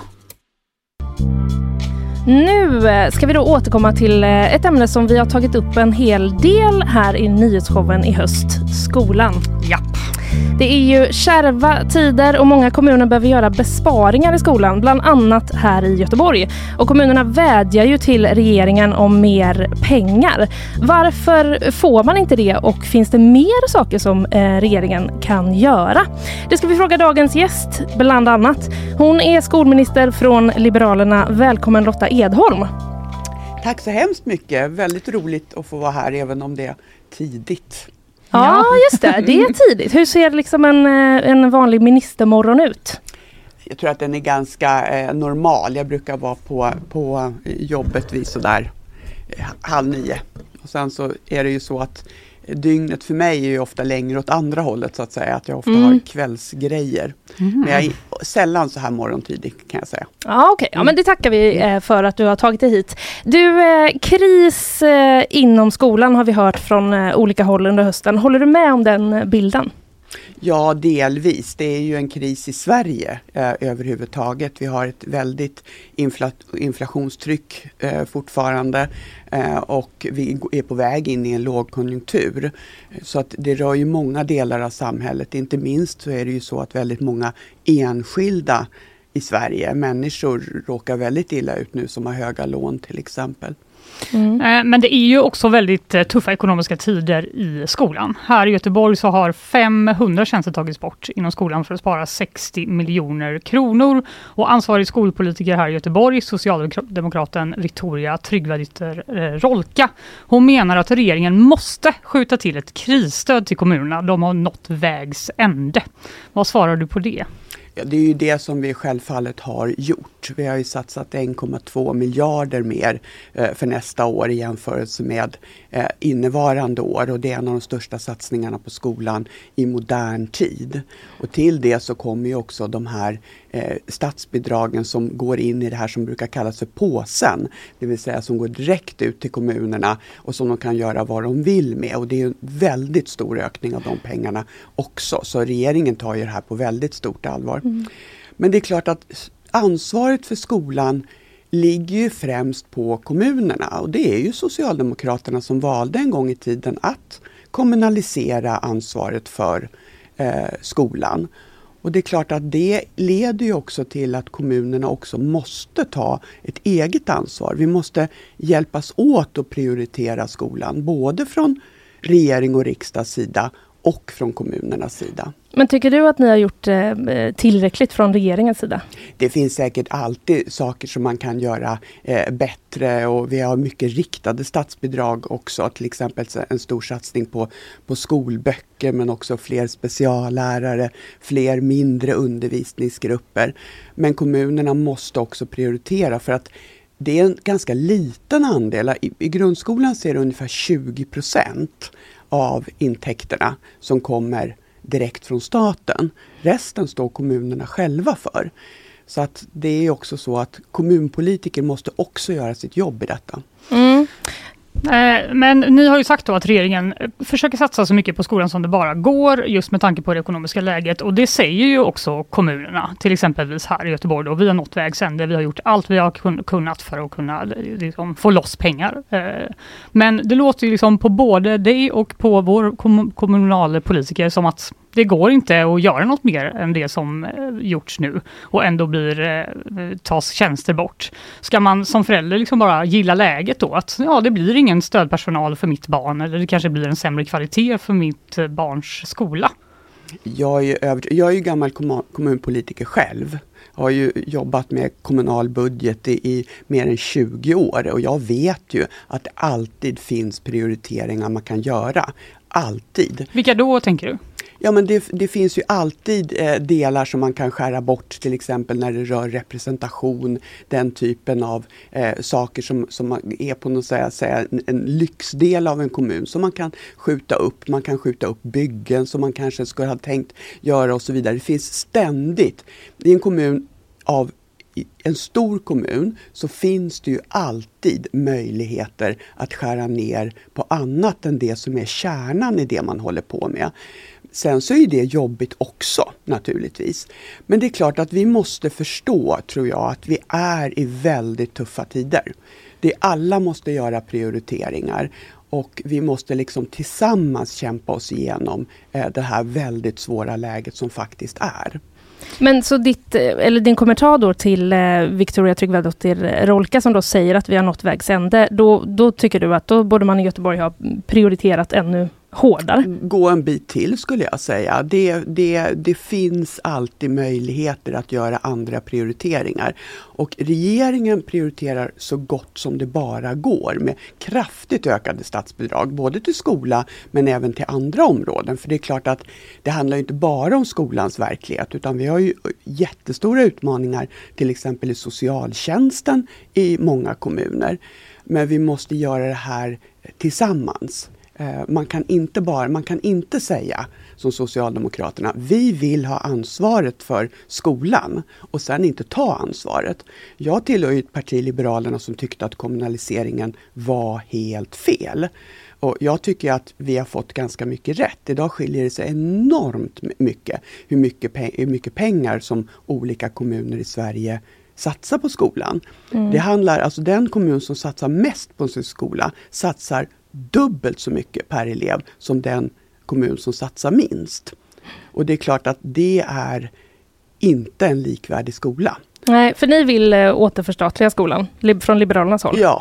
Speaker 3: Nu ska vi då återkomma till ett ämne som vi har tagit upp en hel del här i nyhetsshowen i höst, skolan.
Speaker 4: Japp.
Speaker 3: Det är ju kärva tider och många kommuner behöver göra besparingar i skolan, bland annat här i Göteborg. Och kommunerna vädjar ju till regeringen om mer pengar. Varför får man inte det och finns det mer saker som regeringen kan göra? Det ska vi fråga dagens gäst, bland annat. Hon är skolminister från Liberalerna. Välkommen Lotta Edholm.
Speaker 6: Tack så hemskt mycket. Väldigt roligt att få vara här även om det är tidigt.
Speaker 3: Ja, just det. Det är tidigt. Hur ser liksom en vanlig ministermorgon ut?
Speaker 6: Jag tror att den är ganska normal. Jag brukar vara på jobbet vid sådär 8:30. Och sen så är det ju så att dygnet för mig är ju ofta längre åt andra hållet så att säga. Att jag ofta har kvällsgrejer. Men jag är sällan så här morgontidig kan jag säga.
Speaker 3: Ja, okej. Ja, men det tackar vi för att du har tagit dig hit. Du, kris inom skolan har vi hört från olika håll under hösten. Håller du med om den bilden?
Speaker 6: Ja, delvis. Det är ju en kris i Sverige överhuvudtaget. Vi har ett väldigt inflationstryck fortfarande och vi är på väg in i en lågkonjunktur. Så att det rör ju många delar av samhället. Inte minst så är det ju så att väldigt många enskilda i Sverige, människor råkar väldigt illa ut nu som har höga lån till exempel.
Speaker 4: Men det är ju också väldigt tuffa ekonomiska tider i skolan. Här i Göteborg så har 500 tjänster tagits bort inom skolan för att spara 60 miljoner kronor. Och ansvarig skolpolitiker här i Göteborg, socialdemokraten Victoria Tryggvaditer Rolka, hon menar att regeringen måste skjuta till ett krisstöd till kommunerna. De har nått vägs ände. Vad svarar du på det?
Speaker 6: Ja, det är ju det som vi självfallet har gjort. Vi har ju satsat 1,2 miljarder mer för nästa år i jämförelse med innevarande år. Och det är en av de största satsningarna på skolan i modern tid. Och till det så kommer ju också de här statsbidragen som går in i det här som brukar kallas för påsen. Det vill säga som går direkt ut till kommunerna och som de kan göra vad de vill med. Och det är ju en väldigt stor ökning av de pengarna också. Så regeringen tar ju det här på väldigt stort allvar. Men det är klart att ansvaret för skolan ligger ju främst på kommunerna. Och det är ju Socialdemokraterna som valde en gång i tiden att kommunalisera ansvaret för skolan. Och det är klart att det leder ju också till att kommunerna också måste ta ett eget ansvar. Vi måste hjälpas åt att prioritera skolan, både från regering och riksdags sida och från kommunernas sida.
Speaker 3: Men tycker du att ni har gjort tillräckligt från regeringens sida? Det
Speaker 6: finns säkert alltid saker som man kan göra bättre och vi har mycket riktade statsbidrag också. Till exempel en stor satsning på skolböcker men också fler speciallärare, fler mindre undervisningsgrupper. Men kommunerna måste också prioritera för att det är en ganska liten andel. I grundskolan ser det ungefär 20% av intäkterna som kommer direkt från staten. Resten står kommunerna själva för. Så att det är också så att kommunpolitiker måste också göra sitt jobb i detta.
Speaker 4: Men ni har ju sagt då att regeringen försöker satsa så mycket på skolan som det bara går just med tanke på det ekonomiska läget och det säger ju också kommunerna, till exempelvis här i Göteborg då. Vi har nått vägs ände, vi har gjort allt vi har kunnat för att kunna liksom få loss pengar. Men det låter ju liksom på både dig och på vår kommunala politiker som att det går inte att göra något mer än det som gjorts nu och ändå tas tjänster bort. Ska man som förälder liksom bara gilla läget då? Att ja, det blir ingen stödpersonal för mitt barn eller det kanske blir en sämre kvalitet för mitt barns skola?
Speaker 6: Jag är ju gammal kommunpolitiker själv. Jag har ju jobbat med kommunal budget i mer än 20 år och jag vet ju att det alltid finns prioriteringar man kan göra. Alltid.
Speaker 4: Vilka då tänker du?
Speaker 6: Ja, men det finns ju alltid delar som man kan skära bort, till exempel när det rör representation, den typen av saker som är på något säga en lyxdel av en kommun som man kan skjuta upp. Man kan skjuta upp byggen som man kanske skulle ha tänkt göra och så vidare. Det finns ständigt, i en stor kommun så finns det ju alltid möjligheter att skära ner på annat än det som är kärnan i det man håller på med. Sen så är det jobbigt också naturligtvis. Men det är klart att vi måste förstå, tror jag, att vi är i väldigt tuffa tider. Alla måste göra prioriteringar och vi måste liksom tillsammans kämpa oss igenom det här väldigt svåra läget som faktiskt är.
Speaker 3: Men så din kommentar då till Victoria Tryggvedottir Rolka som då säger att vi har nått vägs ände, då tycker du att då borde man i Göteborg ha prioriterat ännu hårdare?
Speaker 6: Gå en bit till skulle jag säga. Det finns alltid möjligheter att göra andra prioriteringar. Och regeringen prioriterar så gott som det bara går med kraftigt ökade statsbidrag både till skola men även till andra områden. För det är klart att det handlar inte bara om skolans verklighet utan vi har ju jättestora utmaningar till exempel i socialtjänsten i många kommuner. Men vi måste göra det här tillsammans. Man kan inte säga som Socialdemokraterna, vi vill ha ansvaret för skolan och sen inte ta ansvaret. Jag tillhör ju ett parti, Liberalerna, som tyckte att kommunaliseringen var helt fel. Och jag tycker att vi har fått ganska mycket rätt. Idag skiljer det sig enormt mycket hur mycket pengar som olika kommuner i Sverige satsar på skolan. Det handlar, alltså den kommun som satsar mest på sin skola satsar dubbelt så mycket per elev som den kommun som satsar minst. Och det är klart att det är inte en likvärdig skola.
Speaker 3: Nej, för ni vill återförstatliga skolan från Liberalernas håll.
Speaker 6: Ja,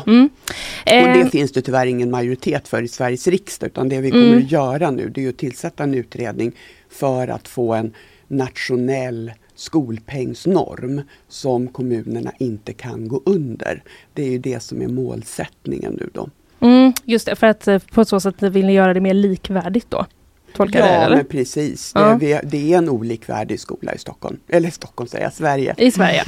Speaker 6: och det finns det tyvärr ingen majoritet för i Sveriges riksdag, utan det vi kommer att göra nu, det är att tillsätta en utredning för att få en nationell skolpengsnorm som kommunerna inte kan gå under. Det är ju det som är målsättningen nu då.
Speaker 3: Just det, för att på så sätt vill ni göra det mer likvärdigt då? Tolkar det, eller?
Speaker 6: Men precis. Det är en olikvärdig skola i Stockholm. Eller Stockholm säger jag, Sverige.
Speaker 3: I Sverige.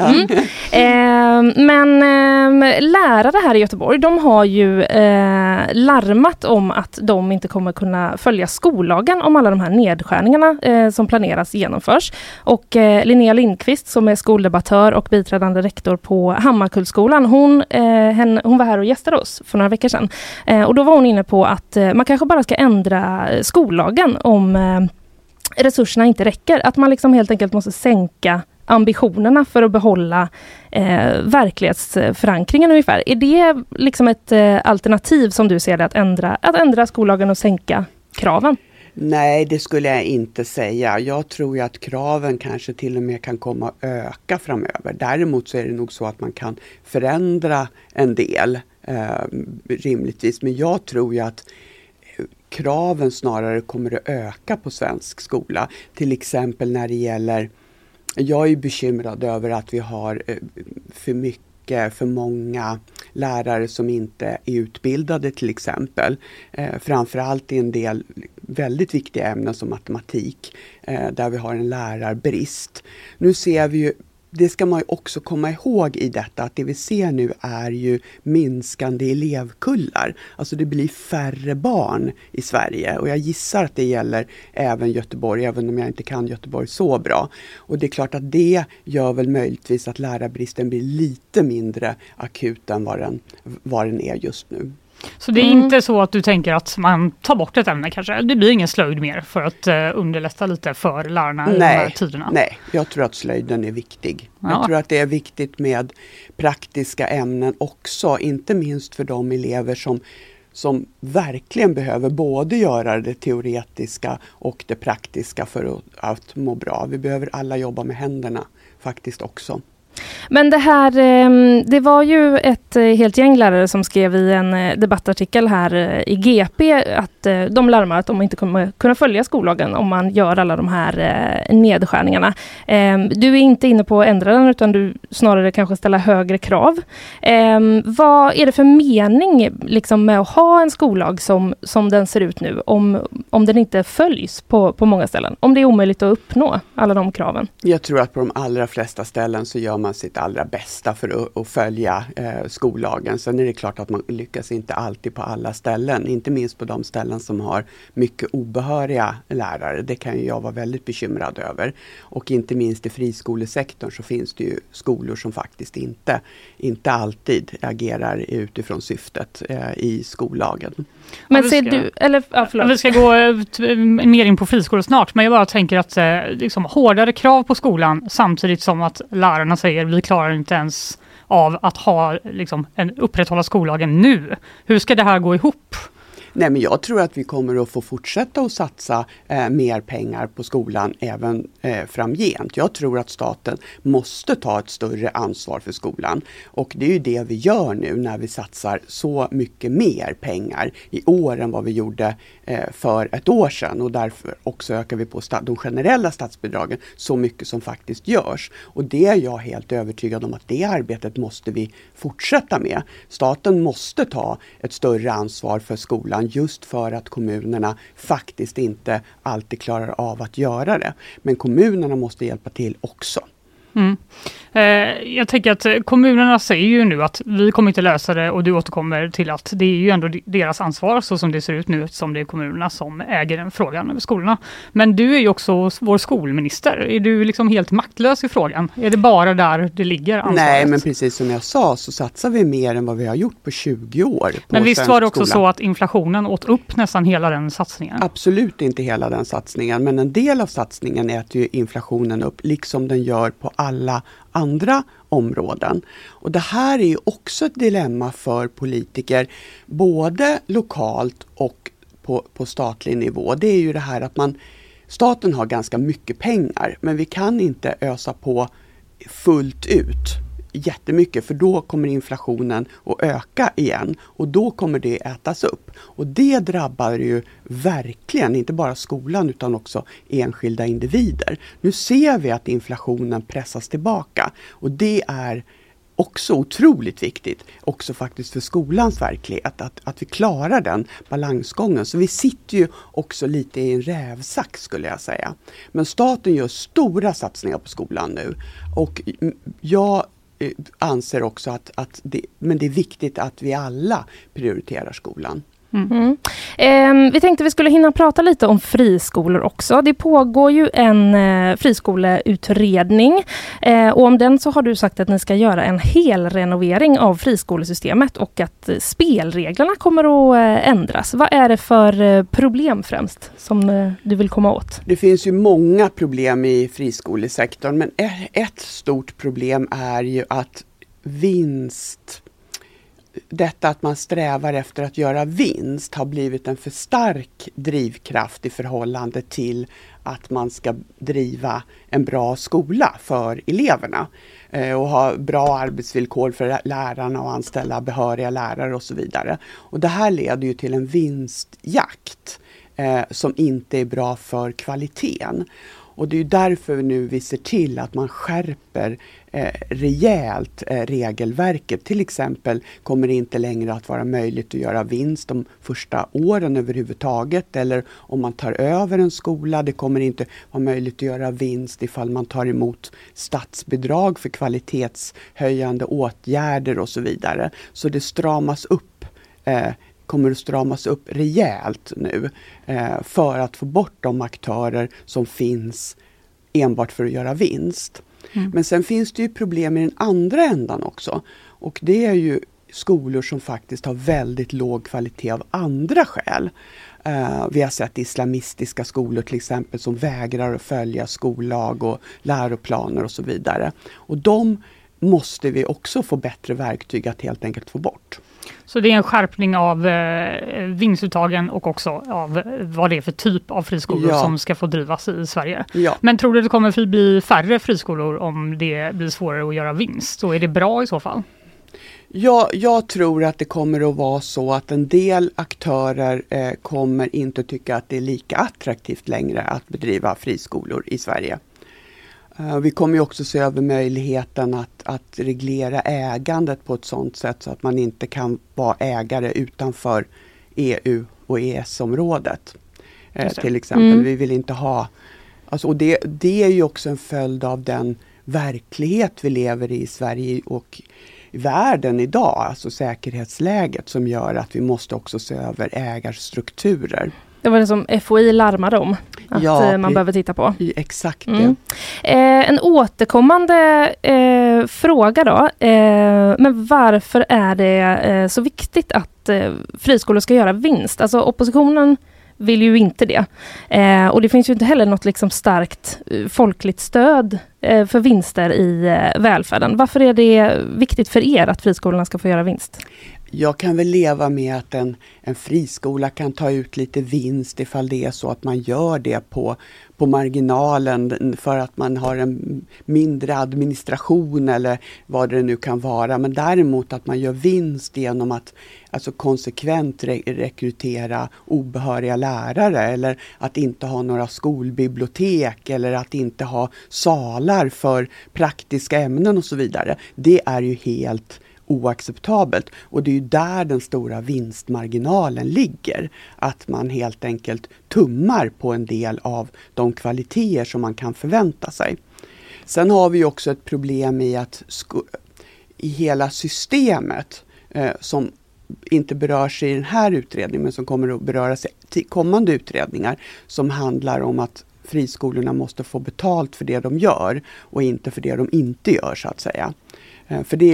Speaker 3: Men lärare här i Göteborg, de har ju larmat om att de inte kommer kunna följa skollagen om alla de här nedskärningarna som planeras genomförs. Och Linnea Lindqvist som är skoldebattör och biträdande rektor på Hammarkullskolan, hon var här och gästade oss för några veckor sedan. Och då var hon inne på att man kanske bara ska ändra skollagen om resurserna inte räcker. Att man liksom helt enkelt måste sänka ambitionerna för att behålla verklighetsförankringen ungefär. Är det liksom ett alternativ som du ser det, att ändra skollagen och sänka kraven?
Speaker 6: Nej, det skulle jag inte säga. Jag tror ju att kraven kanske till och med kan komma att öka framöver. Däremot så är det nog så att man kan förändra en del rimligtvis. Men jag tror ju att kraven snarare kommer att öka på svensk skola. Till exempel när det gäller, jag är bekymrad över att vi har för många lärare som inte är utbildade till exempel. Framförallt i en del väldigt viktiga ämnen som matematik där vi har en lärarbrist. Nu ser vi ju, det ska man ju också komma ihåg i detta, att det vi ser nu är ju minskande elevkullar. Alltså det blir färre barn i Sverige och jag gissar att det gäller även Göteborg, även om jag inte kan Göteborg så bra. Och det är klart att det gör väl möjligtvis att lärarbristen blir lite mindre akut än vad den är just nu.
Speaker 4: Så det är inte så att du tänker att man tar bort ett ämne kanske? Det blir ingen slöjd mer för att underlätta lite för lärarna i de här tiderna? Nej,
Speaker 6: jag tror att slöjden är viktig. Ja. Jag tror att det är viktigt med praktiska ämnen också. Inte minst för de elever som verkligen behöver både göra det teoretiska och det praktiska för att må bra. Vi behöver alla jobba med händerna faktiskt också.
Speaker 3: Men det här, det var ju ett helt gäng lärare som skrev i en debattartikel här i GP att de larmar att de inte kommer kunna följa skollagen om man gör alla de här nedskärningarna. Du är inte inne på att ändra den utan du snarare kanske ställa högre krav. Vad är det för mening liksom med att ha en skollag som den ser ut nu om den inte följs på många ställen? Om det är omöjligt att uppnå alla de kraven?
Speaker 6: Jag tror att på de allra flesta ställen så gör man sitt allra bästa för att följa skollagen. Sen är det klart att man lyckas inte alltid på alla ställen. Inte minst på de ställen som har mycket obehöriga lärare. Det kan ju jag vara väldigt bekymrad över. Och inte minst i friskolesektorn så finns det ju skolor som faktiskt inte alltid agerar utifrån syftet i skollagen.
Speaker 3: Men ser du, eller
Speaker 4: vi ska gå mer in på friskolor snart, men jag bara tänker att liksom, hårdare krav på skolan samtidigt som att lärarna säger vi klarar inte ens av att upprätthålla skollagen nu. Hur ska det här gå ihop?
Speaker 6: Nej, men jag tror att vi kommer att få fortsätta att satsa mer pengar på skolan även framgent. Jag tror att staten måste ta ett större ansvar för skolan. Och det är ju det vi gör nu när vi satsar så mycket mer pengar i år än vad vi gjorde för ett år sedan. Och därför också ökar vi på de generella statsbidragen så mycket som faktiskt görs. Och det är jag helt övertygad om att det arbetet måste vi fortsätta med. Staten måste ta ett större ansvar för skolan just för att kommunerna faktiskt inte alltid klarar av att göra det. Men kommunerna måste hjälpa till också.
Speaker 4: Mm. Jag tänker att kommunerna säger ju nu att vi kommer inte lösa det och du återkommer till att det är ju ändå deras ansvar så som det ser ut nu eftersom det är kommunerna som äger den frågan över skolorna. Men du är ju också vår skolminister. Är du liksom helt maktlös i frågan? Är det bara där det ligger ansvaret?
Speaker 6: Nej, men precis som jag sa så satsar vi mer än vad vi har gjort på 20 år.
Speaker 4: Men visst var det också så att inflationen åt upp nästan hela den satsningen?
Speaker 6: Absolut inte hela den satsningen, men en del av satsningen äter ju inflationen upp liksom den gör på alla andra områden. Och det här är ju också ett dilemma för politiker, både lokalt och på statlig nivå. Det är ju det här att staten har ganska mycket pengar, men vi kan inte ösa på fullt ut jättemycket, för då kommer inflationen att öka igen och då kommer det ätas upp. Och det drabbar ju verkligen inte bara skolan utan också enskilda individer. Nu ser vi att inflationen pressas tillbaka och det är också otroligt viktigt, också faktiskt för skolans verklighet, att vi klarar den balansgången. Så vi sitter ju också lite i en rävsax skulle jag säga. Men staten gör stora satsningar på skolan nu och jag anser också men det är viktigt att vi alla prioriterar skolan.
Speaker 3: Vi tänkte vi skulle hinna prata lite om friskolor också. Det pågår ju en friskoleutredning och om den så har du sagt att ni ska göra en helrenovering av friskolesystemet och att spelreglerna kommer att ändras. Vad är det för problem främst som du vill komma åt?
Speaker 6: Det finns ju många problem i friskolesektorn, men ett stort problem är ju att detta att man strävar efter att göra vinst har blivit en för stark drivkraft i förhållande till att man ska driva en bra skola för eleverna och ha bra arbetsvillkor för lärarna och anställa behöriga lärare och så vidare. Och det här leder ju till en vinstjakt som inte är bra för kvaliteten. Och det är därför nu vi ser till att man skärper rejält regelverket. Till exempel kommer det inte längre att vara möjligt att göra vinst de första åren överhuvudtaget. Eller om man tar över en skola. Det kommer inte vara möjligt att göra vinst ifall man tar emot statsbidrag för kvalitetshöjande åtgärder och så vidare. Så det kommer att stramas upp rejält nu för att få bort de aktörer som finns enbart för att göra vinst. Men sen finns det ju problem i den andra ändan också. Och det är ju skolor som faktiskt har väldigt låg kvalitet av andra skäl. Vi har sett islamistiska skolor till exempel som vägrar att följa skollag och läroplaner och så vidare. Och de måste vi också få bättre verktyg att helt enkelt få bort.
Speaker 4: Så det är en skärpning av vinstuttagen och också av vad det är för typ av friskolor som ska få drivas i Sverige.
Speaker 6: Ja.
Speaker 4: Men tror du det kommer bli färre friskolor om det blir svårare att göra vinst? Så är det bra i så fall?
Speaker 6: Ja, jag tror att det kommer att vara så att en del aktörer kommer inte tycka att det är lika attraktivt längre att bedriva friskolor i Sverige. Vi kommer ju också se över möjligheten att reglera ägandet på ett sådant sätt så att man inte kan vara ägare utanför EU och EES-området. Till exempel, vi vill inte ha... Alltså, och det är ju också en följd av den verklighet vi lever i Sverige och i världen idag, alltså säkerhetsläget som gör att vi måste också se över ägarstrukturer. Det
Speaker 3: var det som FOI larmade om att man behöver titta på.
Speaker 6: Exakt det.
Speaker 3: En återkommande fråga då. Men varför är det så viktigt att friskolor ska göra vinst? Alltså oppositionen vill ju inte det. Och det finns ju inte heller något liksom starkt folkligt stöd för vinster i välfärden. Varför är det viktigt för er att friskolorna ska få göra vinst?
Speaker 6: Jag kan väl leva med att en friskola kan ta ut lite vinst ifall det är så att man gör det på marginalen för att man har en mindre administration eller vad det nu kan vara. Men däremot att man gör vinst genom att alltså konsekvent rekrytera obehöriga lärare eller att inte ha några skolbibliotek eller att inte ha salar för praktiska ämnen och så vidare. Det är ju helt oacceptabelt och det är ju där den stora vinstmarginalen ligger. Att man helt enkelt tummar på en del av de kvaliteter som man kan förvänta sig. Sen har vi också ett problem i att i hela systemet som inte berörs i den här utredningen men som kommer att beröras i kommande utredningar som handlar om att friskolorna måste få betalt för det de gör och inte för det de inte gör så att säga. För det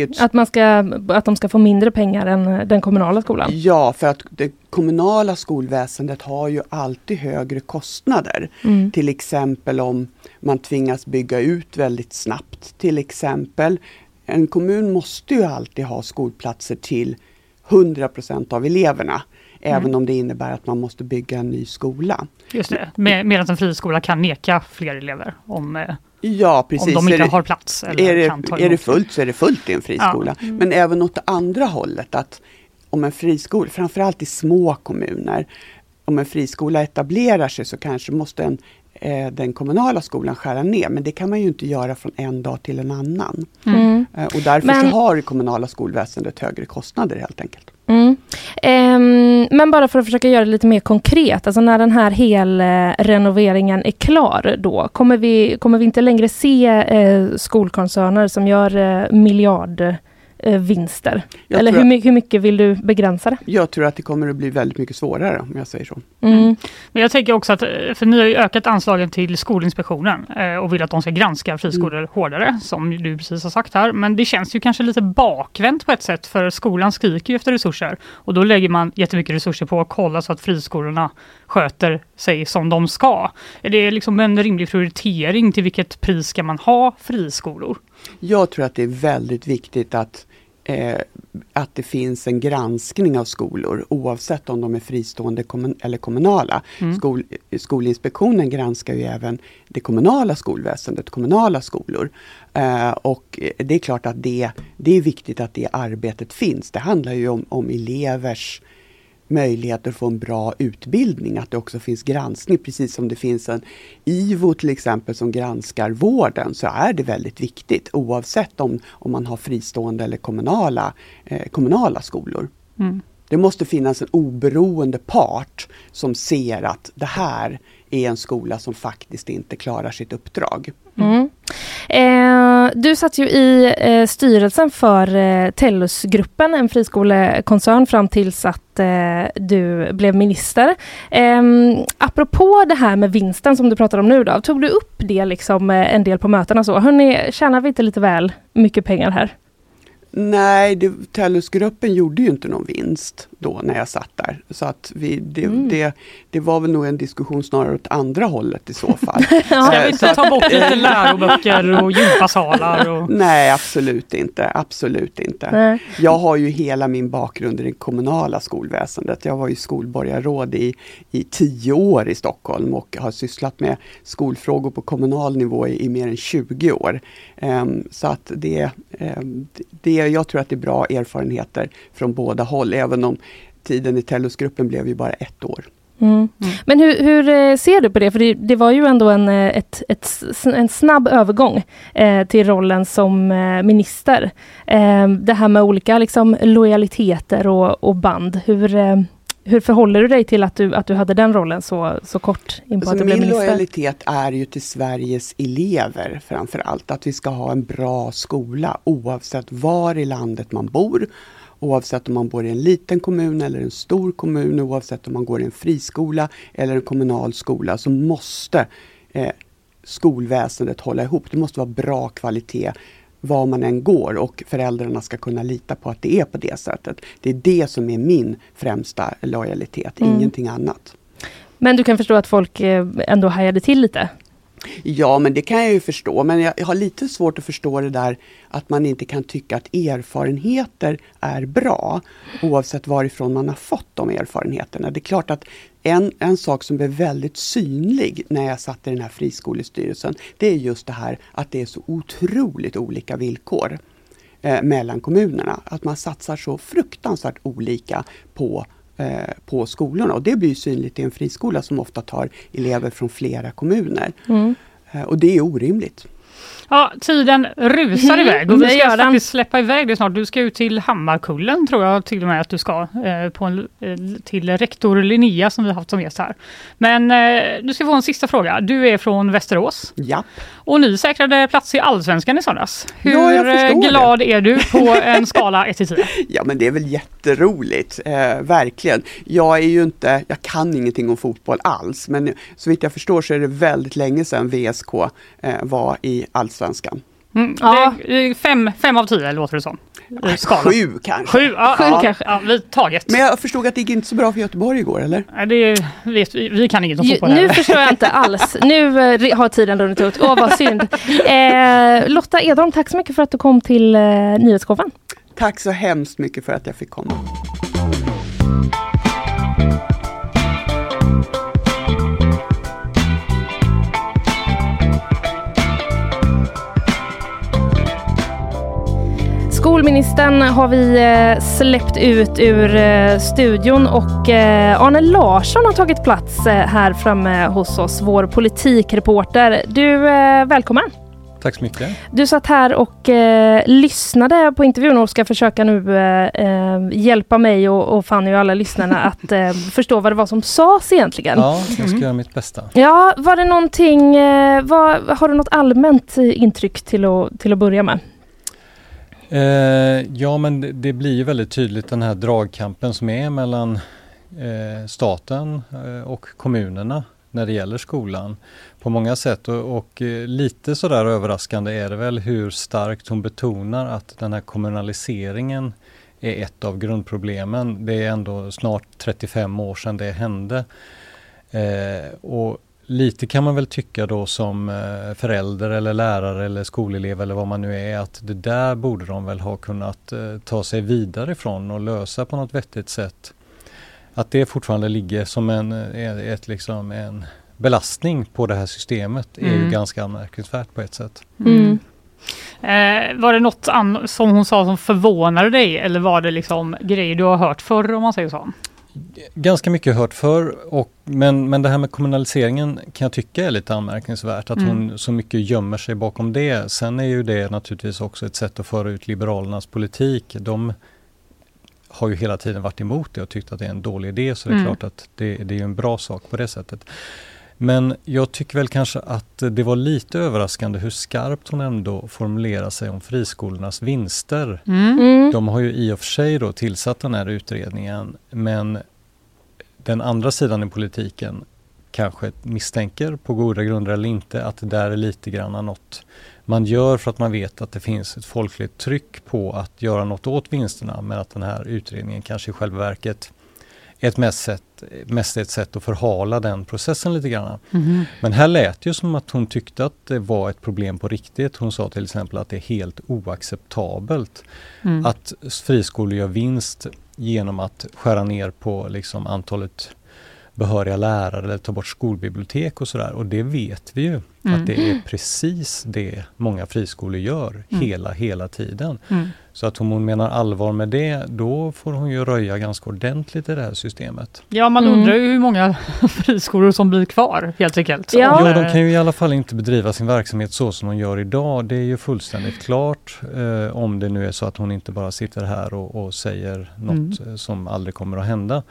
Speaker 6: är
Speaker 3: att de ska få mindre pengar än den kommunala skolan?
Speaker 6: Ja, för att det kommunala skolväsendet har ju alltid högre kostnader. Till exempel om man tvingas bygga ut väldigt snabbt. Till exempel, en kommun måste ju alltid ha skolplatser till 100% av eleverna. Även om det innebär att man måste bygga en ny skola.
Speaker 4: Just det, medan en friskola kan neka fler elever om
Speaker 6: precis.
Speaker 4: Om de inte har plats. Eller kan ta emot.
Speaker 6: Är det fullt så är det fullt i en friskola. Ja. Men även åt det andra hållet att om en friskola, framförallt i små kommuner, om en friskola etablerar sig så kanske måste den kommunala skolan skära ner. Men det kan man ju inte göra från en dag till en annan. Och därför så har det kommunala skolväsendet högre kostnader helt enkelt.
Speaker 3: Men bara för att försöka göra det lite mer konkret, alltså när den här helrenoveringen är klar då, kommer vi inte längre se skolkoncerner som gör miljardvinster? Eller hur mycket vill du begränsa det?
Speaker 6: Jag tror att det kommer att bli väldigt mycket svårare om jag säger så.
Speaker 4: Men jag tänker också att, för ni har ju ökat anslagen till Skolinspektionen och vill att de ska granska friskolor hårdare, som du precis har sagt här. Men det känns ju kanske lite bakvänt på ett sätt, för skolan skriker ju efter resurser. Och då lägger man jättemycket resurser på att kolla så att friskolorna sköter sig som de ska. Är det liksom en rimlig prioritering till vilket pris ska man ha friskolor?
Speaker 6: Jag tror att det är väldigt viktigt att det finns en granskning av skolor oavsett om de är fristående eller kommunala. Skolinspektionen granskar ju även det kommunala skolväsendet, kommunala skolor. Och det är klart att det är viktigt att det arbetet finns. Det handlar ju om elevers möjligheter att få en bra utbildning, att det också finns granskning, precis som det finns en IVO till exempel som granskar vården, så är det väldigt viktigt oavsett om man har fristående eller kommunala skolor. Det måste finnas en oberoende part som ser att det här är en skola som faktiskt inte klarar sitt uppdrag.
Speaker 3: Du satt ju i styrelsen för Tellusgruppen, en friskolekoncern, fram tills att du blev minister. Apropå det här med vinsten som du pratar om nu då, tog du upp det liksom en del på mötena så? Hörrni, tjänar vi inte lite väl mycket pengar här?
Speaker 6: Nej, Tellusgruppen gjorde ju inte någon vinst då när jag satt där. Så att det var väl nog en diskussion snarare åt andra hållet i så fall.
Speaker 4: Ska vi inte ta bort lite läroböcker och gympasalar? Och...
Speaker 6: Nej, absolut inte. Absolut inte. Nej. Jag har ju hela min bakgrund i det kommunala skolväsendet. Jag var ju skolborgarråd i 10 år i Stockholm och har sysslat med skolfrågor på kommunal nivå i mer än 20 år. Så att jag tror att det är bra erfarenheter från båda håll, även om tiden i Tellusgruppen blev ju bara 1 år.
Speaker 3: Mm. Men hur ser du på det? För det var ju ändå en snabb övergång till rollen som minister. Det här med olika liksom, lojaliteter och band. Hur förhåller du dig till att du hade den rollen så kort in på att du blev minister?
Speaker 6: Min lojalitet är ju till Sveriges elever framför allt. Att vi ska ha en bra skola oavsett var i landet man bor. Oavsett om man bor i en liten kommun eller en stor kommun. Oavsett om man går i en friskola eller en kommunal skola. Så måste skolväsendet hålla ihop. Det måste vara bra kvalitet var man än går, och föräldrarna ska kunna lita på att det är på det sättet. Det är det som är min främsta lojalitet, ingenting annat.
Speaker 3: Men du kan förstå att folk ändå hajade till lite?
Speaker 6: Ja, men det kan jag ju förstå. Men jag har lite svårt att förstå det där att man inte kan tycka att erfarenheter är bra oavsett varifrån man har fått de erfarenheterna. Det är klart att en sak som blev väldigt synlig när jag satt i den här friskolestyrelsen, det är just det här att det är så otroligt olika villkor mellan kommunerna. Att man satsar så fruktansvärt olika på skolorna, och det blir ju synligt i en friskola som ofta tar elever från flera kommuner. Och det är orimligt.
Speaker 4: Ja, tiden rusar iväg och vi ska faktiskt släppa iväg det snart. Du ska ut till Hammarkullen, tror jag till och med att du ska, till rektor Linnea som vi har haft som gäst här. Men du ska få en sista fråga. Du är från Västerås.
Speaker 6: Ja.
Speaker 4: Och ni säkrade plats i Allsvenskan i söndags. Hur glad är du på en skala 1-10?
Speaker 6: Ja, men det är väl jätteroligt. Verkligen. Jag kan ingenting om fotboll alls, men så vitt jag förstår så är det väldigt länge sedan VSK var i Allsvenskan.
Speaker 4: Ja. 5 av 10 låter det som. Skala.
Speaker 6: 7 kanske.
Speaker 4: 7 kanske. Ja, vi taget.
Speaker 6: Men jag förstod att det gick inte så bra för Göteborg igår, eller?
Speaker 4: Nej, det vet vi kan inget om fotboll.
Speaker 3: Nu förstår jag inte alls. Nu har tiden runnit ut. Vad synd. Lotta Edholm, tack så mycket för att du kom till Nyhetsshowen.
Speaker 6: Tack så hemskt mycket för att jag fick komma.
Speaker 3: Skolministern har vi släppt ut ur studion, och Arne Larsson har tagit plats här framme hos oss, vår politikreporter. Du, välkommen.
Speaker 7: Tack så mycket.
Speaker 3: Du satt här och lyssnade på intervjun och ska försöka nu hjälpa mig och Fanny och alla lyssnarna att förstå vad det var som sades egentligen.
Speaker 7: Ja, jag ska göra mitt bästa.
Speaker 3: Ja, var det någonting, har du något allmänt intryck till att börja med?
Speaker 7: Ja, men det blir ju väldigt tydligt den här dragkampen som är mellan staten och kommunerna när det gäller skolan på många sätt, och lite sådär överraskande är det väl hur starkt hon betonar att den här kommunaliseringen är ett av grundproblemen. Det är ändå snart 35 år sedan det hände, och lite kan man väl tycka då som förälder eller lärare eller skolelev eller vad man nu är, att det där borde de väl ha kunnat ta sig vidare ifrån och lösa på något vettigt sätt. Att det fortfarande ligger som en belastning på det här systemet är ju ganska anmärkningsvärt på ett sätt.
Speaker 4: Var det något som hon sa som förvånade dig, eller var det liksom grejer du har hört förr, om man säger så?
Speaker 7: Ganska mycket hört förr, men det här med kommunaliseringen kan jag tycka är lite anmärkningsvärt, att hon så mycket gömmer sig bakom det. Sen är ju det naturligtvis också ett sätt att föra ut Liberalernas politik. De har ju hela tiden varit emot det och tyckt att det är en dålig idé, så det är klart att det är ju en bra sak på det sättet. Men jag tycker väl kanske att det var lite överraskande hur skarpt hon ändå formulerar sig om friskolornas vinster. De har ju i och för sig då tillsatt den här utredningen, men den andra sidan i politiken kanske misstänker på goda grunder eller inte att det där är lite grann något man gör för att man vet att det finns ett folkligt tryck på att göra något åt vinsterna, men att den här utredningen kanske i själva verket är mest ett sätt att förhala den processen lite grann. Men här lät ju som att hon tyckte att det var ett problem på riktigt. Hon sa till exempel att det är helt oacceptabelt att friskolor gör vinst genom att skära ner på liksom antalet behöriga lärare eller ta bort skolbibliotek och sådär. Och det vet vi ju att det är precis det många friskolor gör hela tiden. Så att om hon menar allvar med det, då får hon ju röja ganska ordentligt i det här systemet.
Speaker 4: Ja, man undrar ju hur många friskolor som blir kvar helt enkelt.
Speaker 7: Ja, de kan ju i alla fall inte bedriva sin verksamhet så som de gör idag. Det är ju fullständigt klart, om det nu är så att hon inte bara sitter här och säger något som aldrig kommer att hända.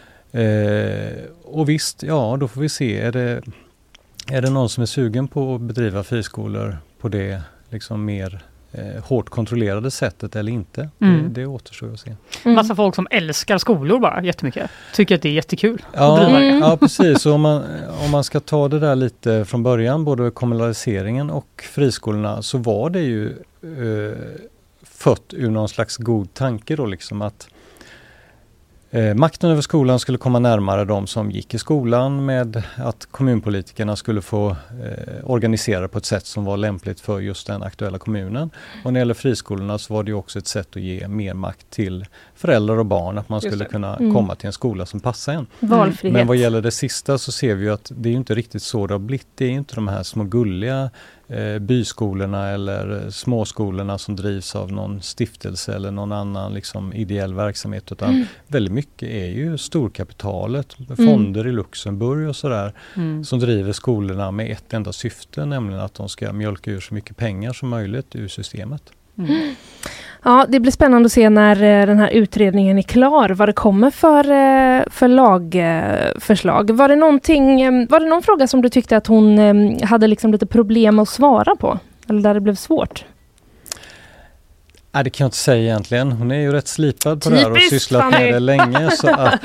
Speaker 7: Och visst, ja, då får vi se. Är det någon som är sugen på att bedriva friskolor på det liksom mer hårt kontrollerade sättet eller inte? Det återstår att se.
Speaker 4: Massa folk som älskar skolor bara jättemycket. Tycker att det är jättekul
Speaker 7: ja,
Speaker 4: att driva det.
Speaker 7: Ja, precis. Så om man ska ta det där lite från början, både kommunaliseringen och friskolorna, så var det ju fött ur någon slags god tanke då, liksom att makten över skolan skulle komma närmare de som gick i skolan, med att kommunpolitikerna skulle få organisera på ett sätt som var lämpligt för just den aktuella kommunen. Och när det gäller friskolorna så var det också ett sätt att ge mer makt till föräldrar och barn, att man skulle kunna komma till en skola som passar en.
Speaker 3: Valfrihet.
Speaker 7: Men vad gäller det sista så ser vi ju att det är inte riktigt så det har blivit. Det är inte de här små gulliga byskolorna eller småskolorna som drivs av någon stiftelse eller någon annan liksom ideell verksamhet, utan väldigt mycket är ju storkapitalet, fonder i Luxemburg och sådär, som driver skolorna med ett enda syfte, nämligen att de ska mjölka ur så mycket pengar som möjligt ur systemet.
Speaker 3: Ja, det blir spännande att se när den här utredningen är klar, vad det kommer för lagförslag. Var det någon fråga som du tyckte att hon hade liksom lite problem att svara på? Eller där det blev svårt?
Speaker 7: Det kan jag inte säga egentligen. Hon är ju rätt slipad på det här och sysslat med det länge. Så att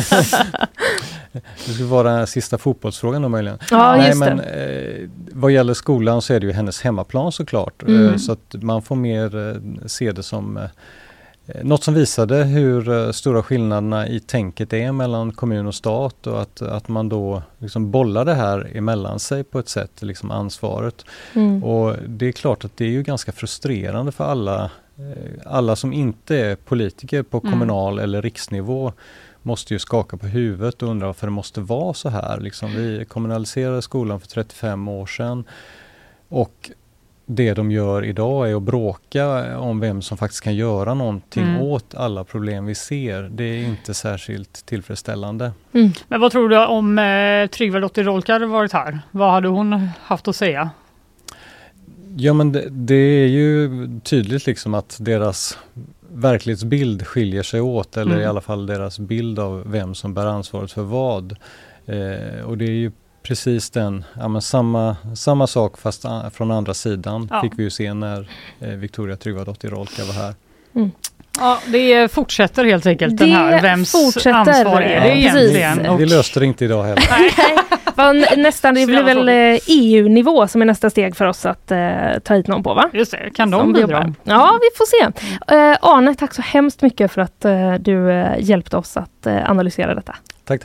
Speaker 7: det skulle vara den sista fotbollsfrågan då möjligen.
Speaker 3: Ja,
Speaker 7: men vad gäller skolan så är det ju hennes hemmaplan såklart. Så att man får mer se det som något som visade hur stora skillnaderna i tänket är mellan kommun och stat, och att man då liksom bollar det här emellan sig på ett sätt, liksom ansvaret. Och det är klart att det är ju ganska frustrerande för alla som inte är politiker på kommunal eller riksnivå måste ju skaka på huvudet och undra varför det måste vara så här. Liksom, vi kommunaliserade skolan för 35 år sedan och det de gör idag är att bråka om vem som faktiskt kan göra någonting åt alla problem vi ser. Det är inte särskilt tillfredsställande.
Speaker 4: Men vad tror du om Tryggvadotter Rolka hade varit här? Vad hade hon haft att säga?
Speaker 7: Ja, men det är ju tydligt liksom att deras verklighetsbild skiljer sig åt, eller i alla fall deras bild av vem som bär ansvaret för vad. Och det är ju precis samma sak fast från andra sidan fick vi ju se när Victoria Tryggvadotter Rolka var här.
Speaker 4: Ja, det fortsätter helt enkelt den här. Vems ansvar är det egentligen?
Speaker 7: Vi löste det inte idag heller.
Speaker 3: Nästan, det blir väl EU-nivå som är nästa steg för oss att ta hit någon på, va?
Speaker 4: Just det, kan de bidra?
Speaker 3: Ja, vi får se. Arne, tack så hemskt mycket för att du hjälpte oss att analysera detta.
Speaker 7: Tack.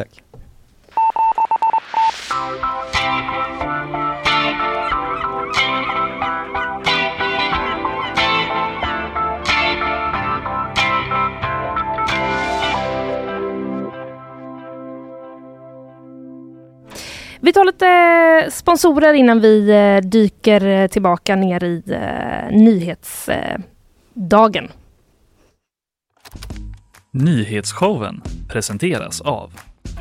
Speaker 3: Vi tar lite sponsorer innan vi dyker tillbaka ner i nyhetsdagen.
Speaker 1: Nyhetsshowen presenteras av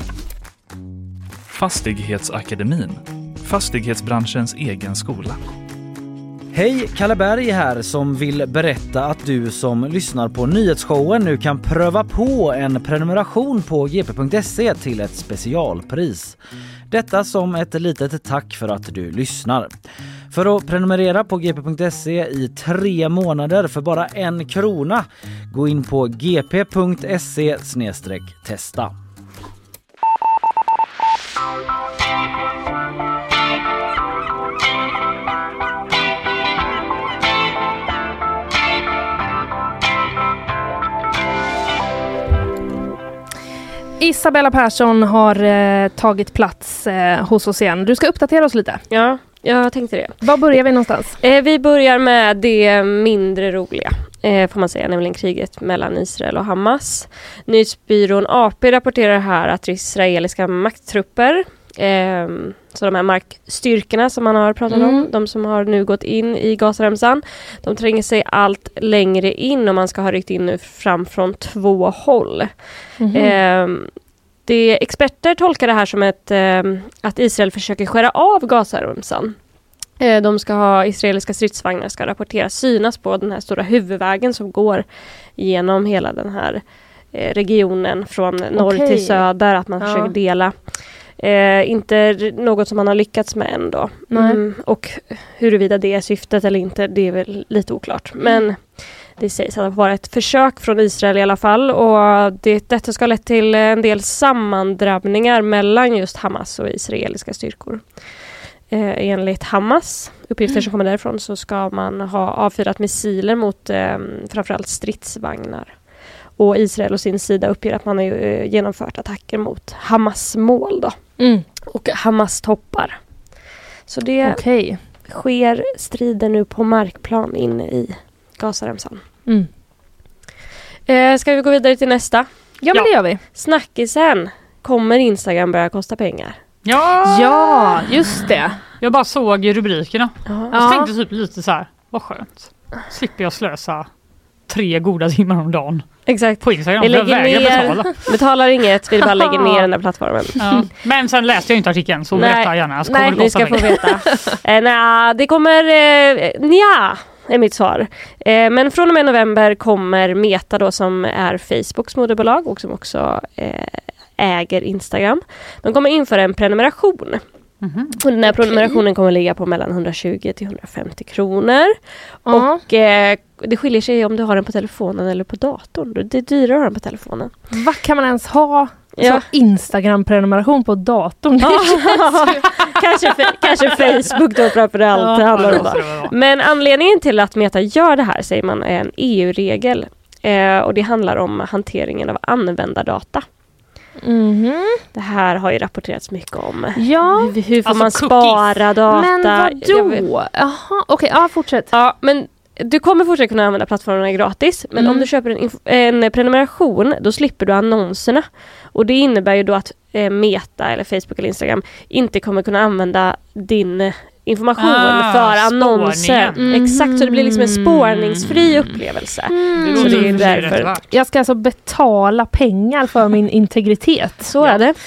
Speaker 1: Fastighetsakademin, fastighetsbranschens egen skola.
Speaker 2: Hej, Kalle Berg här som vill berätta att du som lyssnar på nyhetsshowen nu kan pröva på en prenumeration på gp.se till ett specialpris. Detta som ett litet tack för att du lyssnar. För att prenumerera på gp.se i 3 månader för bara 1 krona, gå in på gp.se/testa.
Speaker 3: Isabella Persson har tagit plats hos oss igen. Du ska uppdatera oss lite.
Speaker 5: Ja, jag tänkte det.
Speaker 3: Var börjar vi någonstans?
Speaker 5: Vi börjar med det mindre roliga, får man säga, nämligen kriget mellan Israel och Hamas. Nyhetsbyrån AP rapporterar här att israeliska makttrupper, så de här markstyrkorna som man har pratat om, de som har nu gått in i Gazaremsan, de tränger sig allt längre in och man ska ha ryckt in nu fram från 2 håll. Experter tolkar det här som att Israel försöker skära av Gazaremsan. Israeliska stridsvagnar ska rapporteras synas på den här stora huvudvägen som går genom hela den här regionen från norr till söder, att man försöker dela. Inte något som man har lyckats med ändå. Och huruvida det är syftet eller inte, det är väl lite oklart. Men det sägs att det var ett försök från Israel i alla fall. Och detta ska ha lett till en del sammandrabbningar mellan just Hamas och israeliska styrkor. Enligt Hamas, uppgifter som kommer därifrån, så ska man ha avfyrat missiler mot framförallt stridsvagnar. Och Israel och sin sida uppger att man har genomfört attacker mot Hamas mål då. Och Hamas toppar. Så det sker strider nu på markplan inne i Gazaremsan. Ska vi gå vidare till nästa?
Speaker 3: Ja, men det gör vi.
Speaker 5: Snackisen. Kommer Instagram börja kosta pengar?
Speaker 3: Ja, just det.
Speaker 4: Jag bara såg i rubrikerna. Jag tänkte typ lite så här, vad skönt. Slipper jag slösa 3 goda timmar om dagen.
Speaker 5: Exakt.
Speaker 4: På Instagram.
Speaker 5: Vi betalar inget, vi bara lägger ner den där plattformen.
Speaker 4: Ja. Men sen läste jag inte artikeln, så berätta gärna.
Speaker 5: Nej, ni ska få veta. Det kommer... är mitt svar. Men från och med november kommer Meta då, som är Facebooks moderbolag och som också äger Instagram. De kommer införa en prenumeration. Och den här prenumerationen kommer ligga på mellan 120 till 150 kronor. Och det skiljer sig om du har den på telefonen eller på datorn. Det är dyrare att ha den på telefonen.
Speaker 3: Vad kan man ens ha Instagram-prenumeration på datorn?
Speaker 5: kanske Facebook då framför allt handlar om det. Men anledningen till att Meta gör det här, säger man, är en EU-regel. Och det handlar om hanteringen av användardata. Det här har ju rapporterats mycket om. Hur får man spara data?
Speaker 3: Men vadå? Jaha, okej, fortsätt.
Speaker 5: Ja, men du kommer fortsätta kunna använda plattformarna gratis. Men om du köper en prenumeration, då slipper du annonserna. Och det innebär ju då att Meta eller Facebook eller Instagram inte kommer kunna använda din information för annonser. Exakt, så det blir liksom en spårningsfri upplevelse. Så det är därför.
Speaker 3: Jag ska alltså betala pengar för min integritet.
Speaker 5: Så är det.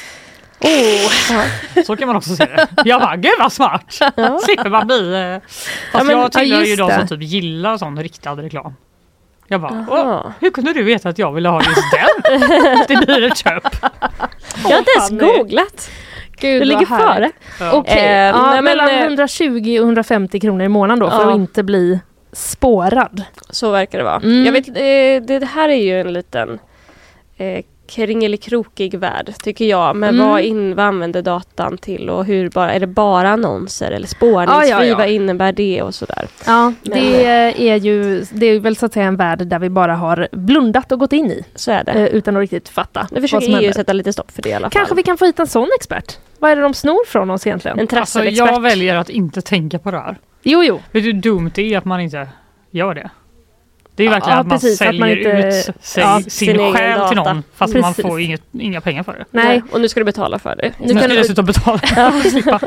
Speaker 4: Så kan man också se det. Jag bara, gud vad smart. Slipper man bli... Fast jag tillhör ju de som typ gillar sån riktad reklam. Jag bara, hur kunde du veta att jag ville ha just den? Det blir ett köp.
Speaker 5: Jag har inte ens googlat.
Speaker 3: Gud,
Speaker 5: det ligger före.
Speaker 3: Okej, mellan 120 och 150 kronor i månaden då, för att inte bli spårad.
Speaker 5: Så verkar det vara. Jag vet, det här är ju en liten kringelikrokig värld, tycker jag. Men vad använder datan till och är det bara annonser eller spårningsfri? Vad innebär det och sådär? Ja,
Speaker 3: det är väl så att säga en värld där vi bara har blundat och gått in i.
Speaker 5: Så är det.
Speaker 3: Utan att riktigt fatta.
Speaker 5: Nu försöker EU sätta lite stopp för det i alla fall.
Speaker 3: Kanske vi kan få hit en sån expert. Vad är det de snor från oss egentligen?
Speaker 5: En trasselexpert.
Speaker 4: Jag väljer att inte tänka på det här.
Speaker 3: Jo.
Speaker 4: Vet du hur dumt det är att man inte gör det? Det är verkligen att man säljer ut sin själ till någon, fast man får inga pengar för det.
Speaker 5: Nej, och nu ska du betala för det.
Speaker 4: Nu ska du dessutom betala för att slippa.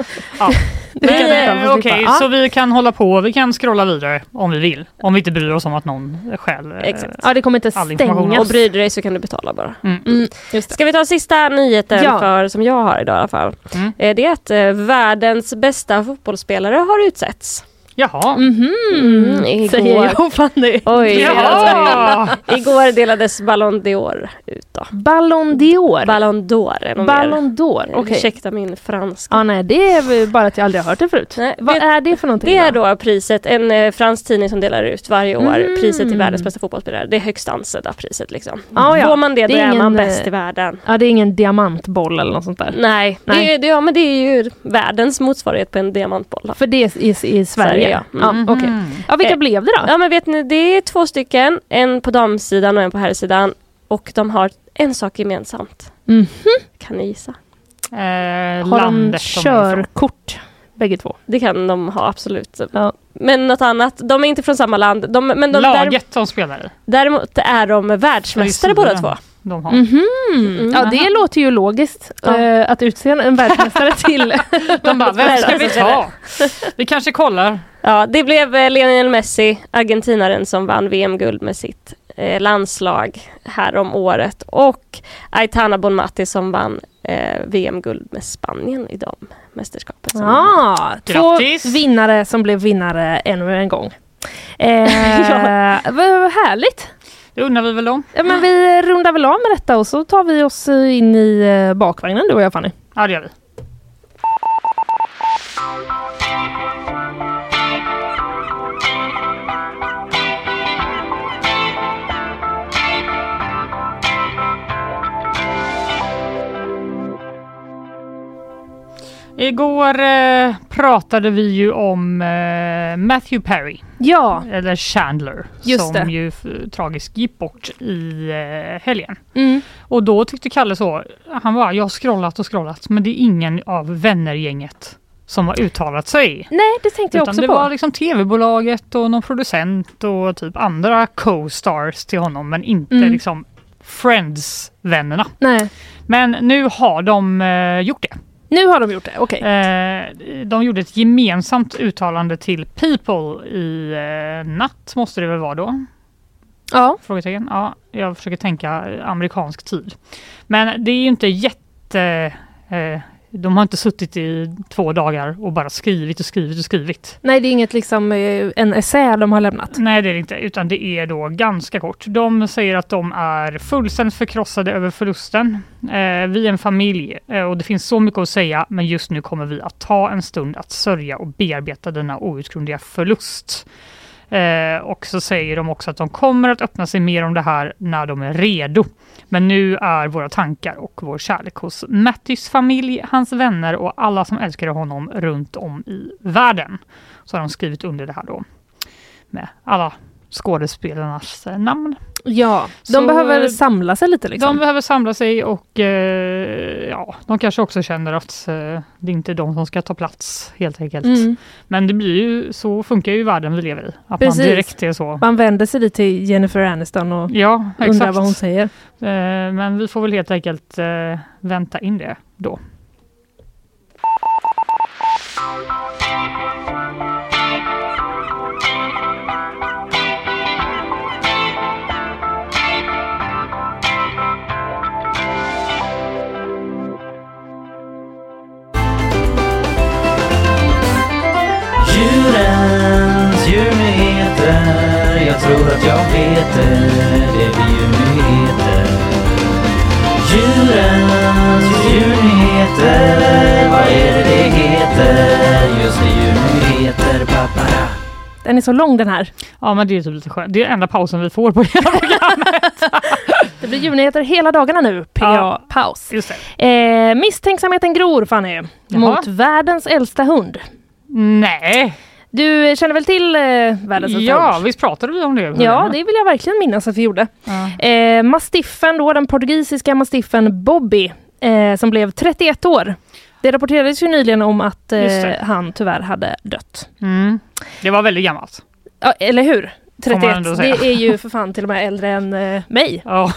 Speaker 4: Okej, så vi kan hålla på, vi kan scrolla vidare om vi vill. Om vi inte bryr oss om att någon stjäl.
Speaker 3: Ja, det kommer inte stängas.
Speaker 5: Och bryr dig så kan du betala bara. Ska vi ta sista nyheten som jag har idag i alla fall. Det är att världens bästa fotbollsspelare har utsetts.
Speaker 4: Jaha.
Speaker 5: Igår.
Speaker 3: Fanny.
Speaker 5: Oj,
Speaker 4: Ja.
Speaker 5: igår delades Ballon d'Or ut då.
Speaker 3: Ballon d'Or.
Speaker 5: Ballon d'Or är nog
Speaker 3: Ballon d'Or,
Speaker 5: mer.
Speaker 3: okej.
Speaker 5: Ursäkta min franska.
Speaker 3: Ja, nej, det är bara att jag aldrig har hört det förut.
Speaker 5: Nej,
Speaker 3: Vad är det för någonting?
Speaker 5: Det är då priset, en fransk tidning som delar ut varje år priset till världens bästa fotbollsspelare. Det är högst ansedda priset liksom. Får man det, då
Speaker 3: Det är
Speaker 5: är man
Speaker 3: ingen,
Speaker 5: bäst i världen.
Speaker 3: Ja, det är ingen diamantboll eller något sånt där.
Speaker 5: Nej. Men det är ju världens motsvarighet på en diamantboll.
Speaker 3: För det är i Sverige,
Speaker 5: ja.
Speaker 3: Ja, okej. Ja, vilka blev det då?
Speaker 5: Ja, men vet ni, det är 2 stycken. En på damsidan och en på herrsidan. Och de har en sak gemensamt. Kan ni gissa?
Speaker 3: Har de körkort? Bägge två.
Speaker 5: Det kan de ha, absolut.
Speaker 3: Ja.
Speaker 5: Men något annat. De är inte från samma land.
Speaker 4: Laget som spelar i.
Speaker 5: Däremot är de världsmästare båda två.
Speaker 4: De har.
Speaker 3: Ja, det låter ju logiskt att utse en världsmästare till.
Speaker 4: De bara, vem ska vi ta? Vi kanske kollar.
Speaker 5: Ja, det blev Lionel Messi, argentinaren, som vann VM-guld med sitt landslag här om året. Och Aitana Bonmati som vann VM-guld med Spanien i dammästerskapet.
Speaker 3: Två vinnare som blev vinnare ännu en gång. Vad härligt.
Speaker 4: Det undrar vi väl om.
Speaker 3: Ja, men vi rundar väl av med detta och så tar vi oss in i bakvagnen, du och jag, Fanny.
Speaker 4: Ja, det gör vi. Igår pratade vi ju om Matthew Perry.
Speaker 3: Ja.
Speaker 4: Eller Chandler.
Speaker 3: Just
Speaker 4: som
Speaker 3: det.
Speaker 4: ju tragiskt gick bort i helgen. Och då tyckte Kalle så. Han var, jag har scrollat. Men det är ingen av vännergänget som har uttalat sig.
Speaker 3: Nej, det tänkte jag också på.
Speaker 4: Det var liksom tv-bolaget och någon producent och typ andra co-stars till honom. Men inte liksom Friends-vännerna.
Speaker 3: Nej.
Speaker 4: Men nu har de gjort det.
Speaker 3: Nu har de gjort det, okej.
Speaker 4: De gjorde ett gemensamt uttalande till People i natt, måste det väl vara då?
Speaker 3: Ja.
Speaker 4: Frågetecken. Ja, jag försöker tänka amerikansk tid. Men det är ju inte de har inte suttit i 2 dagar och bara skrivit.
Speaker 3: Nej, det är inget liksom en essä de har lämnat.
Speaker 4: Nej, det är det inte, utan det är då ganska kort. De säger att de är fullständigt förkrossade över förlusten. Vi är en familj och det finns så mycket att säga, men just nu kommer vi att ta en stund att sörja och bearbeta denna outgrundliga förlust. Och så säger de också att de kommer att öppna sig mer om det här när de är redo. Men nu är våra tankar och vår kärlek hos Mattys familj, hans vänner och alla som älskar honom runt om i världen. Så har de skrivit under det här då med alla skådespelarnas namn.
Speaker 3: Ja, de behöver samla sig lite liksom.
Speaker 4: De behöver samla sig och de kanske också känner att det inte är de som ska ta plats helt enkelt. Men det blir ju, så funkar ju världen vi lever i. Att
Speaker 3: precis.
Speaker 4: Man direkt är så.
Speaker 3: Man vänder sig lite till Jennifer Aniston och undrar vad hon säger.
Speaker 4: Men vi får väl helt enkelt vänta in det då.
Speaker 2: Djurnyheter, jag tror att jag vet det blir djurnyheter. Djurnyheter, vad är det heter? Just det, djurnyheter, papara.
Speaker 3: Den är så lång den här.
Speaker 4: Ja, men det är typ lite skönt. Det är enda pausen vi får på hela programmet.
Speaker 3: Det blir djurnyheter hela dagarna nu. PA-paus.
Speaker 4: Just det.
Speaker 3: Misstänksamheten gror, Fanny. Mot världens äldsta hund.
Speaker 4: Nej.
Speaker 3: Du känner väl till världens äldsta hund?
Speaker 4: Ja, visst pratade vi om det.
Speaker 3: Ja, det vill jag verkligen minnas att vi gjorde. Ja. Mastiffen då, den portugisiska mastiffen Bobby, som blev 31 år. Det rapporterades ju nyligen om att han tyvärr hade dött.
Speaker 4: Det var väldigt gammalt.
Speaker 3: Ja, eller hur? 31, det är ju för fan till och med äldre än mig.
Speaker 4: Ja.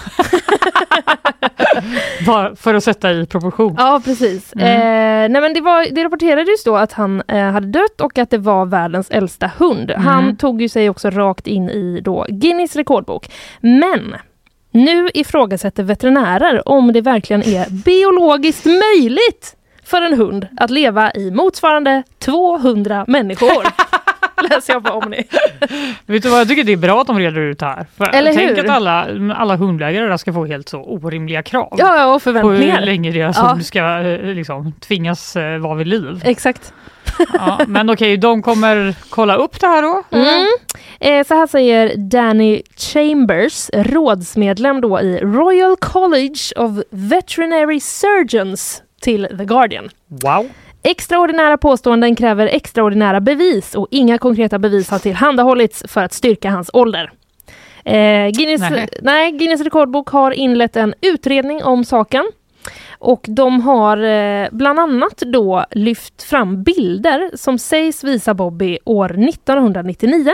Speaker 4: Bara för att sätta i proportion.
Speaker 3: Ja, precis. Nej, men det rapporterades då att han hade dött och att det var världens äldsta hund. Han tog ju sig också rakt in i då Guinness rekordbok. Men nu ifrågasätter veterinärer om det verkligen är biologiskt möjligt för en hund att leva i motsvarande 200 människor. läser jag på Omni.
Speaker 4: Vet du vad, jag tycker det är bra att de reder ut det här. För
Speaker 3: Eller
Speaker 4: tänk
Speaker 3: hur?
Speaker 4: att alla hundägare där ska få helt så orimliga krav.
Speaker 3: Ja, och
Speaker 4: på hur
Speaker 3: förväntningar.
Speaker 4: länge deras hund ska liksom tvingas vara vid liv.
Speaker 3: Exakt.
Speaker 4: Ja, men okej, de kommer kolla upp det här då?
Speaker 3: Så här säger Danny Chambers, rådsmedlem då i Royal College of Veterinary Surgeons till The Guardian.
Speaker 4: Wow.
Speaker 3: Extraordinära påståenden kräver extraordinära bevis och inga konkreta bevis har tillhandahållits för att styrka hans ålder. Guinness rekordbok har inlett en utredning om saken. Och de har bland annat då lyft fram bilder som sägs visa Bobby år 1999.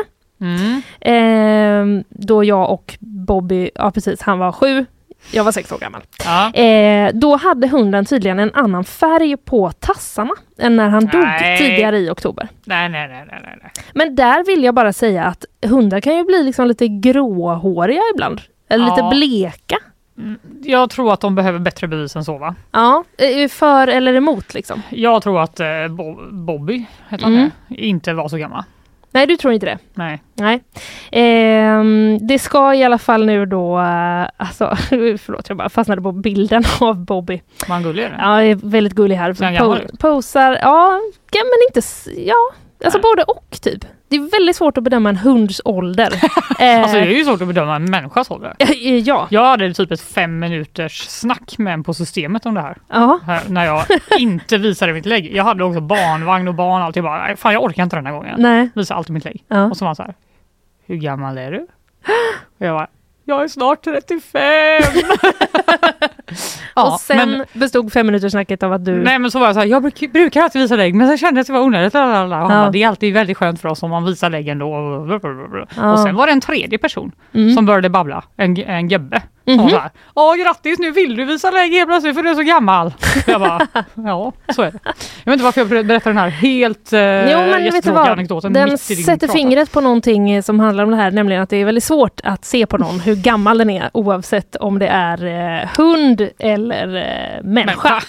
Speaker 3: Då jag och Bobby, ja precis, han var 7, jag var 6 år gammal. Ja. Då hade hunden tydligen en annan färg på tassarna än när han dog tidigare i oktober.
Speaker 4: Nej.
Speaker 3: Men där vill jag bara säga att hundar kan ju bli liksom lite gråhåriga ibland. Eller lite bleka.
Speaker 4: Jag tror att de behöver bättre bevis än så, va?
Speaker 3: Ja, för eller emot liksom.
Speaker 4: Jag tror att Bobby heter han inte var så gammal.
Speaker 3: Nej, du tror inte det?
Speaker 4: Nej.
Speaker 3: Det ska i alla fall nu då, förlåt, jag bara fastnade på bilden av Bobby.
Speaker 4: Man gullig är det?
Speaker 3: Ja, är väldigt gullig här. Posar, men inte, alltså både och typ. Det är väldigt svårt att bedöma en hunds ålder.
Speaker 4: Alltså det är ju svårt att bedöma en människas ålder.
Speaker 3: Ja.
Speaker 4: Jag hade typ ett 5 minuters snack med en på systemet om det här. Här när jag inte visade mitt lägg. Jag hade också barnvagn och barn och allt. Jag bara, fan jag orkar inte den här gången.
Speaker 3: Nej.
Speaker 4: Visa alltid mitt lägg. Ja. Och så var han så här, hur gammal är du? Och jag bara, jag är snart 35.
Speaker 3: Och sen bestod 5 minuters snacket av att du...
Speaker 4: Nej, men så var jag så här, jag brukar alltid visa lägg, men så kände jag att det var onödigt. Och han bara, det är alltid väldigt skönt för oss om man visar läggen då. Och sen var det en tredje person som började babbla, en gubbe. Som var så här, grattis, nu vill du visa lägg helt plötsligt för du är så gammal. Jag bara, ja, så är det. Jag vet inte varför jag berättar den här helt jättetråkiga anekdoten.
Speaker 3: Den sätter fingret på någonting som handlar om det här, nämligen att det är väldigt svårt att se på någon hur gammal den är, oavsett om det är hund eller människa.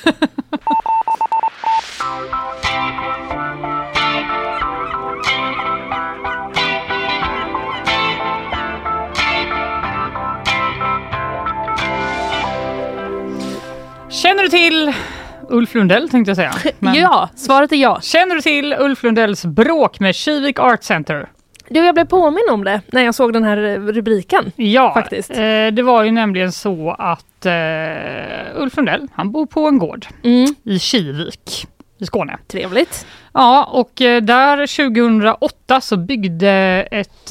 Speaker 4: Känner du till Ulf Lundell, tänkte jag säga? Men
Speaker 3: ja, svaret är ja.
Speaker 4: Känner du till Ulf Lundells bråk med Kivik Art Center?
Speaker 3: Jag blev påminn om det när jag såg den här rubriken.
Speaker 4: Ja,
Speaker 3: faktiskt.
Speaker 4: Det var ju nämligen så att Ulf Lundell, han bor på en gård i Kivik i Skåne.
Speaker 3: Trevligt.
Speaker 4: Ja, och där 2008 så byggde ett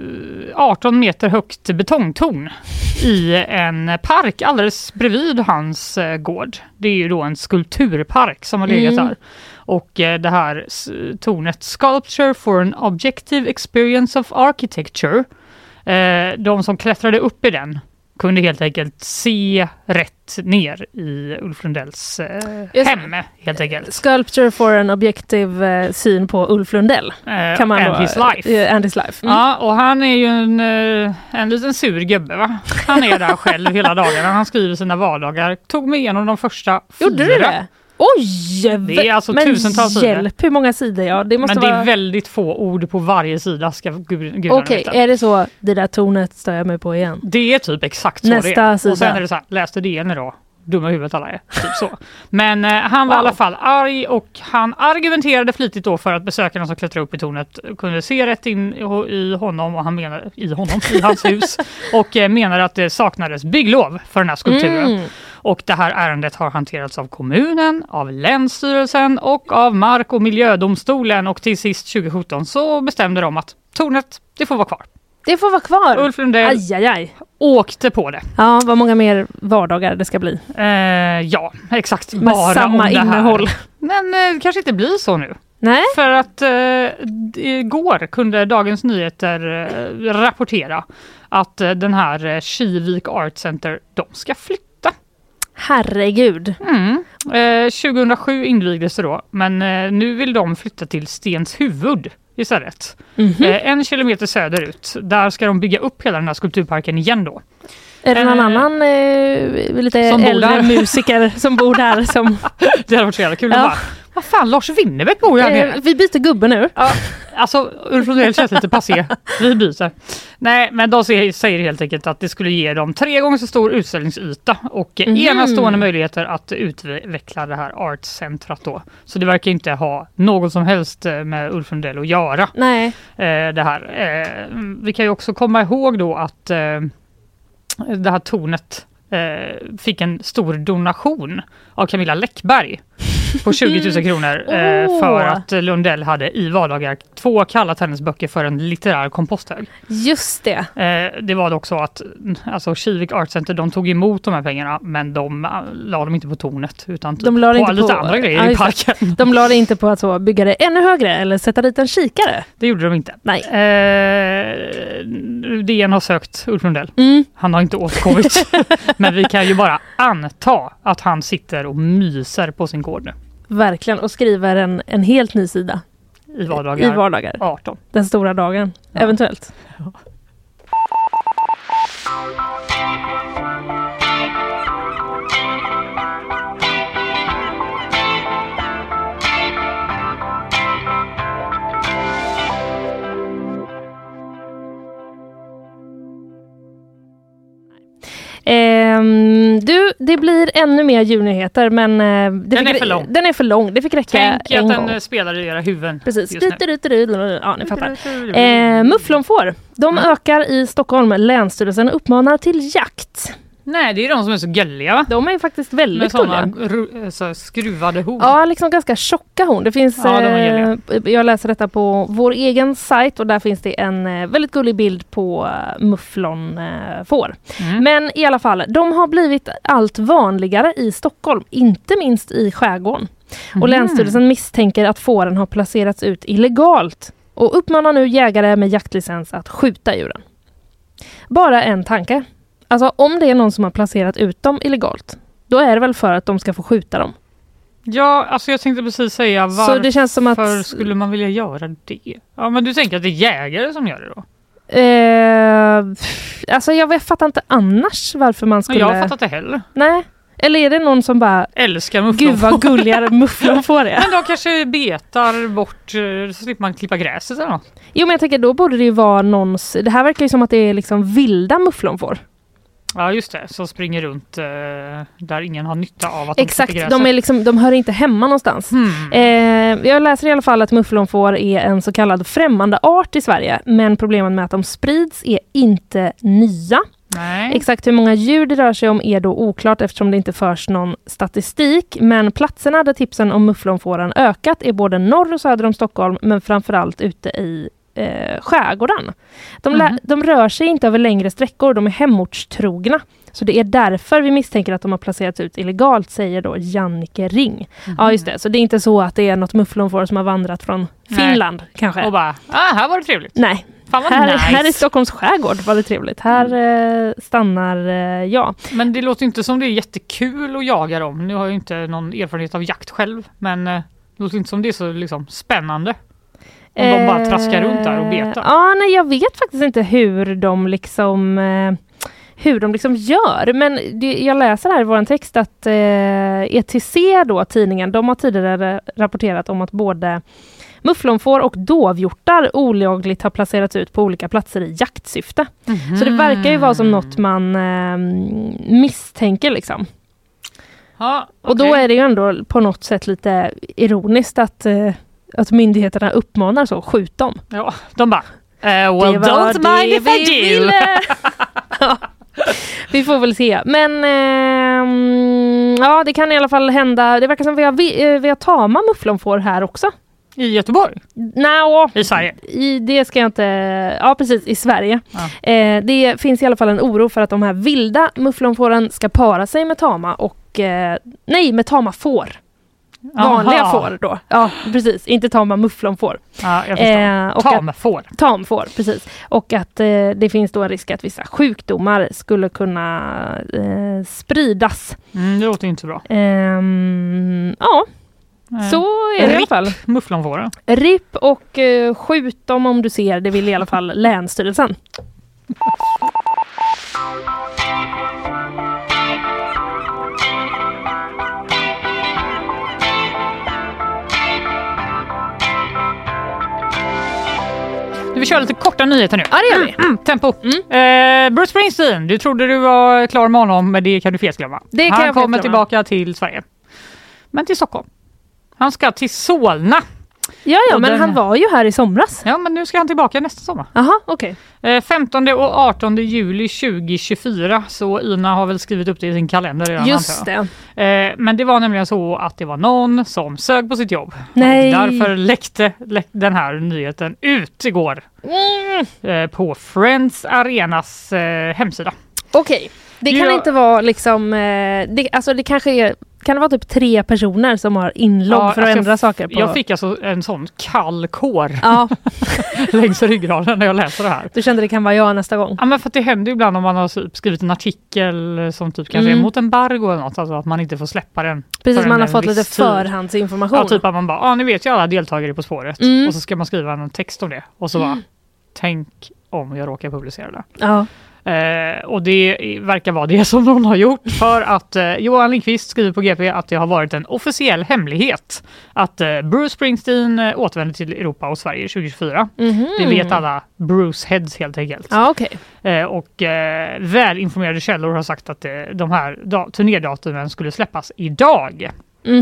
Speaker 4: 18 meter högt betongtorn i en park alldeles bredvid hans gård. Det är ju då en skulpturpark som har legat där. Och det här tornet, Sculpture for an Objective Experience of Architecture, de som klättrade upp i den kunde helt enkelt se rätt ner i Ulf Lundells hem, helt enkelt.
Speaker 3: Sculpture for an objective syn på Ulf Lundell. Kan man
Speaker 4: and his life.
Speaker 3: And his life.
Speaker 4: Ja, och han är ju en liten sur gubbe, va? Han är där själv hela dagarna. Han skriver sina vardagar. Tog mig igenom de första 4.
Speaker 3: Gjorde du det? Oj!
Speaker 4: Det är alltså tusentals sidor.
Speaker 3: Hjälp, hur många sidor? Ja, det måste
Speaker 4: men det är väldigt få ord på varje sida, ska gudarna veta.
Speaker 3: Är det så, det där tornet stör jag mig på igen?
Speaker 4: Det är typ exakt så
Speaker 3: nästa
Speaker 4: det är.
Speaker 3: Sida.
Speaker 4: Och sen är det så här, läste DN idag. Dumma huvudet alla är, typ så. Men han var i alla fall arg och han argumenterade flitigt då för att besökarna som klättrade upp i tornet kunde se rätt in i honom och han menar i hans hus och menar att det saknades bygglov för den här skulpturen. Och det här ärendet har hanterats av kommunen, av Länsstyrelsen och av Mark- och miljödomstolen och till sist 2017 så bestämde de att tornet, det får vara kvar.
Speaker 3: Det får vara kvar.
Speaker 4: Ulf Lundell åkte på det.
Speaker 3: Ja, vad många mer vardagar det ska bli.
Speaker 4: Ja, exakt.
Speaker 3: Med
Speaker 4: bara
Speaker 3: samma
Speaker 4: om det
Speaker 3: innehåll.
Speaker 4: Här. Men det kanske inte blir så nu.
Speaker 3: Nej.
Speaker 4: För att igår kunde Dagens Nyheter rapportera att den här Kivik Art Center, de ska flytta.
Speaker 3: Herregud.
Speaker 4: 2007 invigdes det då, men nu vill de flytta till Stenshuvud istället. 1 kilometer söderut. Där ska de bygga upp hela den här skulpturparken igen då.
Speaker 3: Är det någon annan lite äldre musiker som bor där? Som...
Speaker 4: Det hade varit så jävla kul. Vad fan, Lars Winnerbäck bor här nere.
Speaker 3: Vi byter gubbe nu.
Speaker 4: Ja, alltså Ulf Lundell känns lite passé. Vi byter. Nej, men de säger helt enkelt att det skulle ge dem 3 gånger så stor utställningsyta och enastående möjligheter att utveckla det här artcentrat då. Så det verkar inte ha något som helst med Ulf Lundell att göra.
Speaker 5: Nej.
Speaker 4: Det här. Vi kan ju också komma ihåg då att det här tornet fick en stor donation av Camilla Läckberg på 20 000 kronor för att Lundell hade i vardagar 2 kallat hennes böcker för en litterär komposthög.
Speaker 5: Just det.
Speaker 4: Det var också att alltså Kivik Art Center, de tog emot de här pengarna, men de la dem inte på tornet utan typ på
Speaker 5: inte
Speaker 4: lite andra grejer i parken.
Speaker 5: De la det inte på att så bygga det ännu högre eller sätta dit en kikare.
Speaker 4: Det gjorde de inte.
Speaker 5: Nej.
Speaker 4: DN har sökt Ulf Lundell. Han har inte återkommit. Men vi kan ju bara anta att han sitter och myser på sin gård nu.
Speaker 5: Verkligen, och skriver en helt ny sida.
Speaker 4: I vardagar. 18.
Speaker 5: Den stora dagen, eventuellt.
Speaker 4: Ja.
Speaker 5: Det blir ännu mer julnyheter, men
Speaker 4: den är för lång.
Speaker 5: Det fick räcka.
Speaker 4: Tänk
Speaker 5: en
Speaker 4: att
Speaker 5: gång.
Speaker 4: Den spelar i era huvuden.
Speaker 5: Precis.
Speaker 4: Ja,
Speaker 5: ni fattar. Mufflonfår. De ökar i Stockholm. Länsstyrelsen uppmanar till jakt.
Speaker 4: Nej, det är de som är så gulliga, va?
Speaker 5: De är ju faktiskt väldigt gulliga.
Speaker 4: Med sådana skruvade horn.
Speaker 5: Ja, liksom ganska tjocka horn. Det finns, jag läser detta på vår egen sajt och där finns det en väldigt gullig bild på mufflonfår. Men i alla fall, de har blivit allt vanligare i Stockholm, inte minst i skärgården. Och Länsstyrelsen misstänker att fåren har placerats ut illegalt och uppmanar nu jägare med jaktlicens att skjuta djuren. Bara en tanke. Alltså om det är någon som har placerat ut dem illegalt, då är det väl för att de ska få skjuta dem.
Speaker 4: Ja, alltså jag tänkte precis säga varför
Speaker 5: så det känns som att,
Speaker 4: skulle man vilja göra det? Ja, men du tänker att det är jägare som gör det då?
Speaker 5: Alltså jag fattar inte annars varför man skulle...
Speaker 4: Jag har fattat det heller.
Speaker 5: Nej. Eller är det någon som bara
Speaker 4: älskar mufflonfår?
Speaker 5: Gud vad gulligare mufflonfår är.
Speaker 4: Men de kanske betar bort, så slipper man klippa gräset eller något.
Speaker 5: Jo, men jag tänker då borde det ju vara någons... Det här verkar ju som att det är liksom vilda mufflonfår.
Speaker 4: Ja, just det. Som springer runt där ingen har nytta av att de
Speaker 5: exakt, de hör inte hemma någonstans. Jag läser i alla fall att mufflonfår är en så kallad främmande art i Sverige. Men problemet med att de sprids är inte nya.
Speaker 4: Nej.
Speaker 5: Exakt hur många djur det rör sig om är då oklart eftersom det inte förs någon statistik. Men platserna där tipsen om mufflonfåren ökat är både norr och söder om Stockholm, men framförallt ute i skärgården. De rör sig inte över längre sträckor, de är hemortstrogna. Så det är därför vi misstänker att de har placerats ut illegalt, säger då Jannike Ring. Ja, just det. Så det är inte så att det är något mufflonfår som har vandrat från Finland, kanske.
Speaker 4: Och bara, här var det trevligt.
Speaker 5: Nej.
Speaker 4: Fan vad nice.
Speaker 5: Här i Stockholms skärgård var det trevligt. Här stannar jag.
Speaker 4: Men det låter inte som det är jättekul att jaga dem. Nu har jag inte någon erfarenhet av jakt själv. Men det låter inte som det är så liksom spännande. Om de bara traskar runt där och betar.
Speaker 5: Ja, nej, jag vet faktiskt inte hur de liksom gör. Men jag läser här i vår text att ETC då, tidningen, de har tidigare rapporterat om att både mufflonfår och dovhjortar olagligt har placerats ut på olika platser i jaktsyfte. Så det verkar ju vara som något man misstänker liksom.
Speaker 4: Ja, okay.
Speaker 5: Och då är det ju ändå på något sätt lite ironiskt att myndigheterna uppmanar så, skjut dem.
Speaker 4: Ja, de bara, well don't mind if I do.
Speaker 5: Ja, vi får väl se. Men ja, det kan i alla fall hända. Det verkar som vi har tama mufflonfår här också.
Speaker 4: I Göteborg?
Speaker 5: I
Speaker 4: Sverige?
Speaker 5: Det ska jag inte... Ja, precis. I Sverige. Ja. Det finns i alla fall en oro för att de här vilda mufflonfåren ska para sig med tama och... med tama får. Vanliga får då. Ja, precis. Inte tama mufflonfår.
Speaker 4: Ja, jag förstår.
Speaker 5: Tamfår, precis. Och att det finns då en risk att vissa sjukdomar skulle kunna spridas.
Speaker 4: Det låter inte bra.
Speaker 5: Ja. Så är det i alla fall.
Speaker 4: Mufflonfåren.
Speaker 5: RIP och skjut dem om du ser. Det vill i alla fall Länsstyrelsen.
Speaker 4: Vi kör lite korta nyheter nu.
Speaker 3: Ja, det gör vi.
Speaker 4: Tempo. Bruce Springsteen, du trodde du var klar med honom, men det kan du felglömma. Han kommer tillbaka till Sverige. Men till Stockholm. Han ska till Solna.
Speaker 3: Ja, men han var ju här i somras.
Speaker 4: Ja, men nu ska han tillbaka nästa sommar.
Speaker 3: Aha, okej.
Speaker 4: 15 och 18 juli 2024, så Ina har väl skrivit upp det i sin kalender redan.
Speaker 3: Just det.
Speaker 4: Men det var nämligen så att det var någon som sög på sitt jobb.
Speaker 3: Nej.
Speaker 4: Och därför läckte den här nyheten ut igår på Friends Arenas hemsida.
Speaker 3: Okej. Det kan inte vara liksom, det kanske är, kan det vara typ 3 personer som har inlogg för att ändra saker på?
Speaker 4: Jag fick alltså en sån kall kår längs ryggraden när jag läser det här.
Speaker 3: Du kände det kan vara jag nästa gång?
Speaker 4: Ja, men för att det händer ibland om man har skrivit en artikel som typ kanske är mot embargo eller något, alltså att man inte får släppa den.
Speaker 3: Precis, man har fått lite förhandsinformation.
Speaker 4: Ja, typ att man bara, ni vet ju alla deltagare På spåret. Och så ska man skriva en text om det. Och så bara, tänk om jag råkar publicera det.
Speaker 3: Ja.
Speaker 4: Och det verkar vara det som någon har gjort, för att Johan Lindqvist skriver på GP att det har varit en officiell hemlighet att Bruce Springsteen återvänder till Europa och Sverige 2024. Det vet alla Bruce Heads helt enkelt.
Speaker 3: Ja, okej.
Speaker 4: Och välinformerade källor har sagt att de här turnerdatumen skulle släppas idag.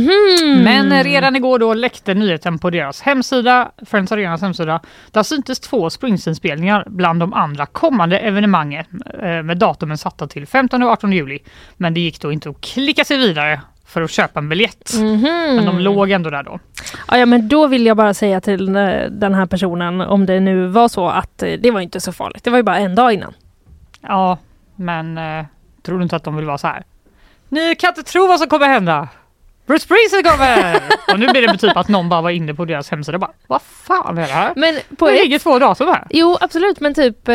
Speaker 4: Men redan igår då läckte nyheten på deras hemsida, Friends Arenas hemsida. Där syntes 2 Springsteen-spelningar bland de andra kommande evenemangen med datumen satta till 15 och 18 juli. Men det gick då inte att klicka sig vidare för att köpa en biljett. Men de låg ändå där då.
Speaker 3: Ja, men då vill jag bara säga till den här personen, om det nu var så, att det var inte så farligt. Det var ju bara en dag innan.
Speaker 4: Ja, men tror du inte att de vill vara så här? Ni kan inte tro vad som kommer hända. Bruce Springsteen kommer! Och nu blir det typ att någon bara var inne på deras hemsida och bara, vad fan är det här?
Speaker 3: Men
Speaker 4: det ligger 2 datum här.
Speaker 3: Jo, absolut, men typ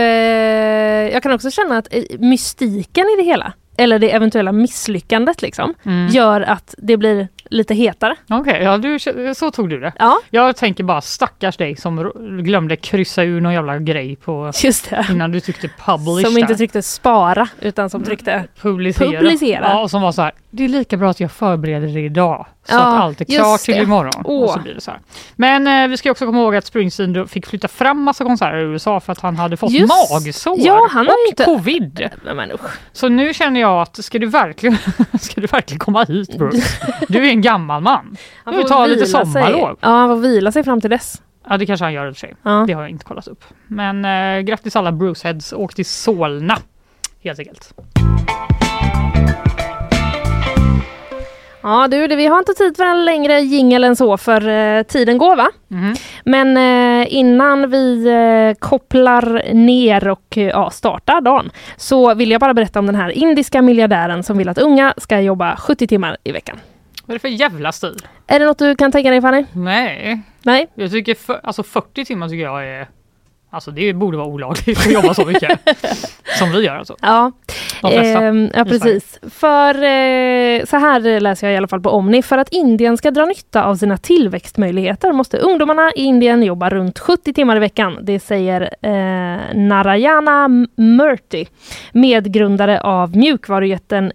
Speaker 3: jag kan också känna att mystiken i det hela, eller det eventuella misslyckandet liksom, gör att det blir lite hetare.
Speaker 4: Okej, ja, så tog du det.
Speaker 3: Ja.
Speaker 4: Jag tänker bara stackars dig som glömde kryssa ur någon jävla grej på
Speaker 3: just det.
Speaker 4: Innan du tryckte publish.
Speaker 3: Som inte tryckte spara utan som tryckte publicera.
Speaker 4: Ja, och som var så här, det är lika bra att jag förbereder det idag så att allt är klart till imorgon. Och så blir det så här. Men vi ska också komma ihåg att Springsteen fick flytta fram massa konserter i USA för att han hade fått magsår och covid.
Speaker 3: Men,
Speaker 4: så nu känner jag att ska du verkligen komma hit, Bruce? Du är en gammal man.
Speaker 3: Han
Speaker 4: får ta lite sommarlov.
Speaker 3: Ja, han får vila sig fram till dess.
Speaker 4: Ja, det kanske han gör i och för sig.
Speaker 3: Ja.
Speaker 4: Det har jag inte kollat upp. Men grattis alla Bruce Heads. Åk till Solna. Helt enkelt.
Speaker 3: Ja du, vi har inte tid för en längre jingle än så, för tiden går va? Men innan vi kopplar ner och startar dagen, så vill jag bara berätta om den här indiska miljardären som vill att unga ska jobba 70 timmar i veckan.
Speaker 4: Vad är det för jävla stil?
Speaker 3: Är det något du kan tänka dig, Fanny?
Speaker 4: Nej.
Speaker 3: Jag
Speaker 4: tycker 40 timmar tycker jag är... Alltså det borde vara olagligt att jobba så mycket som vi gör alltså.
Speaker 3: Ja, ja precis. För så här läser jag i alla fall på Omni. För att Indien ska dra nytta av sina tillväxtmöjligheter måste ungdomarna i Indien jobba runt 70 timmar i veckan. Det säger Narayana Murthy, medgrundare av mjukvarujätten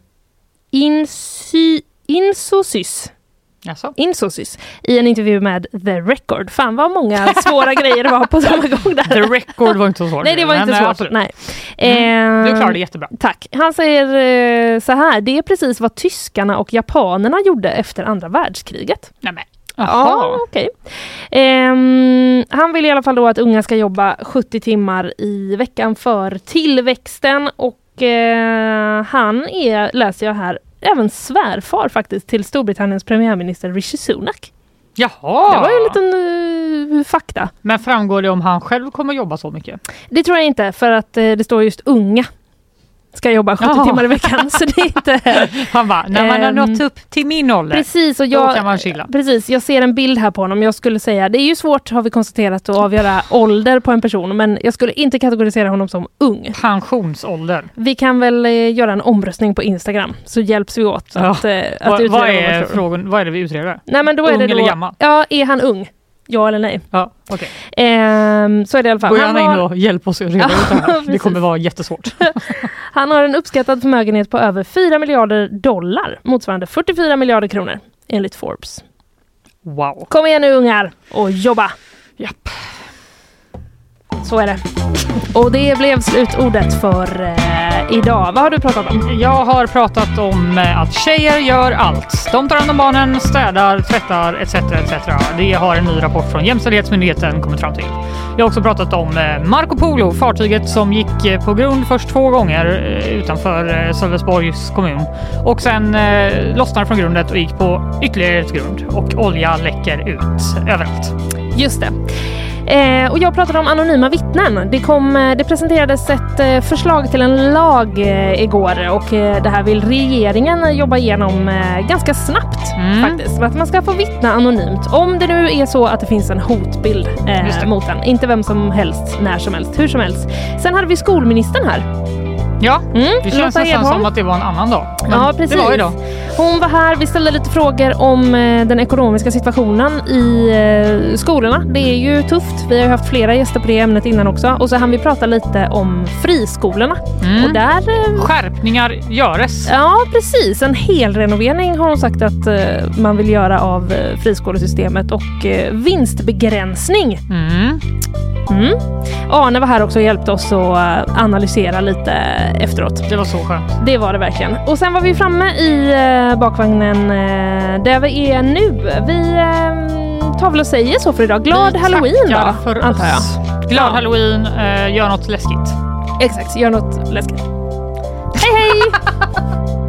Speaker 3: Infosys. Infosys i en intervju med The Record. Fan vad många svåra grejer det var på samma gång där.
Speaker 4: The Record var inte så svårt.
Speaker 3: Nej, det var inte svårt. Nej.
Speaker 4: Du klarade det jättebra.
Speaker 3: Tack. Han säger så här: det är precis vad tyskarna och japanerna gjorde efter andra världskriget.
Speaker 4: Nämen.
Speaker 3: Ja, okej. Han vill i alla fall då att unga ska jobba 70 timmar i veckan för tillväxten, och han är, läser jag här, även svärfar faktiskt till Storbritanniens premiärminister Rishi Sunak.
Speaker 4: Jaha!
Speaker 3: Det var ju en liten fakta.
Speaker 4: Men framgår det om han själv kommer jobba så mycket?
Speaker 3: Det tror jag inte, för att det står just unga ska jobba 70 timmar i veckan, så det är inte...
Speaker 4: Han bara, när man har nått upp till min ålder,
Speaker 3: precis, och
Speaker 4: då kan man chilla.
Speaker 3: Precis, jag ser en bild här på honom. Jag skulle säga, det är ju svårt, har vi konstaterat, att avgöra ålder på en person, men jag skulle inte kategorisera honom som ung.
Speaker 4: Pensionsålder.
Speaker 3: Vi kan väl göra en omröstning på Instagram, så hjälps vi åt att utreda
Speaker 4: vad är frågan? Vad är det vi utreder?
Speaker 3: Nej, men då
Speaker 4: ung
Speaker 3: är det
Speaker 4: eller gammal?
Speaker 3: Ja, är han ung? Ja eller nej?
Speaker 4: Ja, okej.
Speaker 3: Så är det i alla fall.
Speaker 4: Gå gärna in och hjälp oss att reda ut det här. Det kommer vara jättesvårt.
Speaker 3: Han har en uppskattad förmögenhet på över 4 miljarder dollar, motsvarande 44 miljarder kronor, enligt Forbes.
Speaker 4: Wow.
Speaker 3: Kom igen nu ungar och jobba!
Speaker 4: Japp.
Speaker 3: Så är det. Och det blev slutordet för idag. Vad har du pratat om?
Speaker 4: Jag har pratat om att tjejer gör allt. De tar hand om barnen, städar, tvättar etc. etc. Det har en ny rapport från Jämställdhetsmyndigheten kommit fram till. Jag har också pratat om Marco Polo, fartyget som gick på grund först 2 gånger utanför Sölvesborgs kommun. Och sen lossnade från grundet och gick på ytterligare ett grund. Och olja läcker ut överallt.
Speaker 3: Just det. Och jag pratade om anonyma vittnen. Det presenterades ett förslag till en lag igår och det här vill regeringen jobba igenom ganska snabbt faktiskt. Att man ska få vittna anonymt om det nu är så att det finns en hotbild mot en. Inte vem som helst, när som helst, hur som helst. Sen hade vi skolministern här.
Speaker 4: Ja, det känns nästan som att det var en annan dag. Men
Speaker 3: ja, precis.
Speaker 4: Det var idag.
Speaker 3: Hon var här, vi ställde lite frågor om den ekonomiska situationen i skolorna. Det är ju tufft, vi har ju haft flera gäster på det ämnet innan också. Och så hann vi prata lite om friskolorna. Och där,
Speaker 4: skärpningar göres.
Speaker 3: Ja, precis. En hel renovering har hon sagt att man vill göra av friskolesystemet och vinstbegränsning. Arne var här också och hjälpte oss att analysera lite efteråt.
Speaker 4: Det var så skönt.
Speaker 3: Det var det verkligen. Och sen var vi framme i bakvagnen där vi är nu. Vi tar väl och säger så för idag. Glad Halloween då,
Speaker 4: för
Speaker 3: antar jag.
Speaker 4: Glad Halloween, gör något läskigt.
Speaker 3: Exakt, gör något läskigt. Hej hej!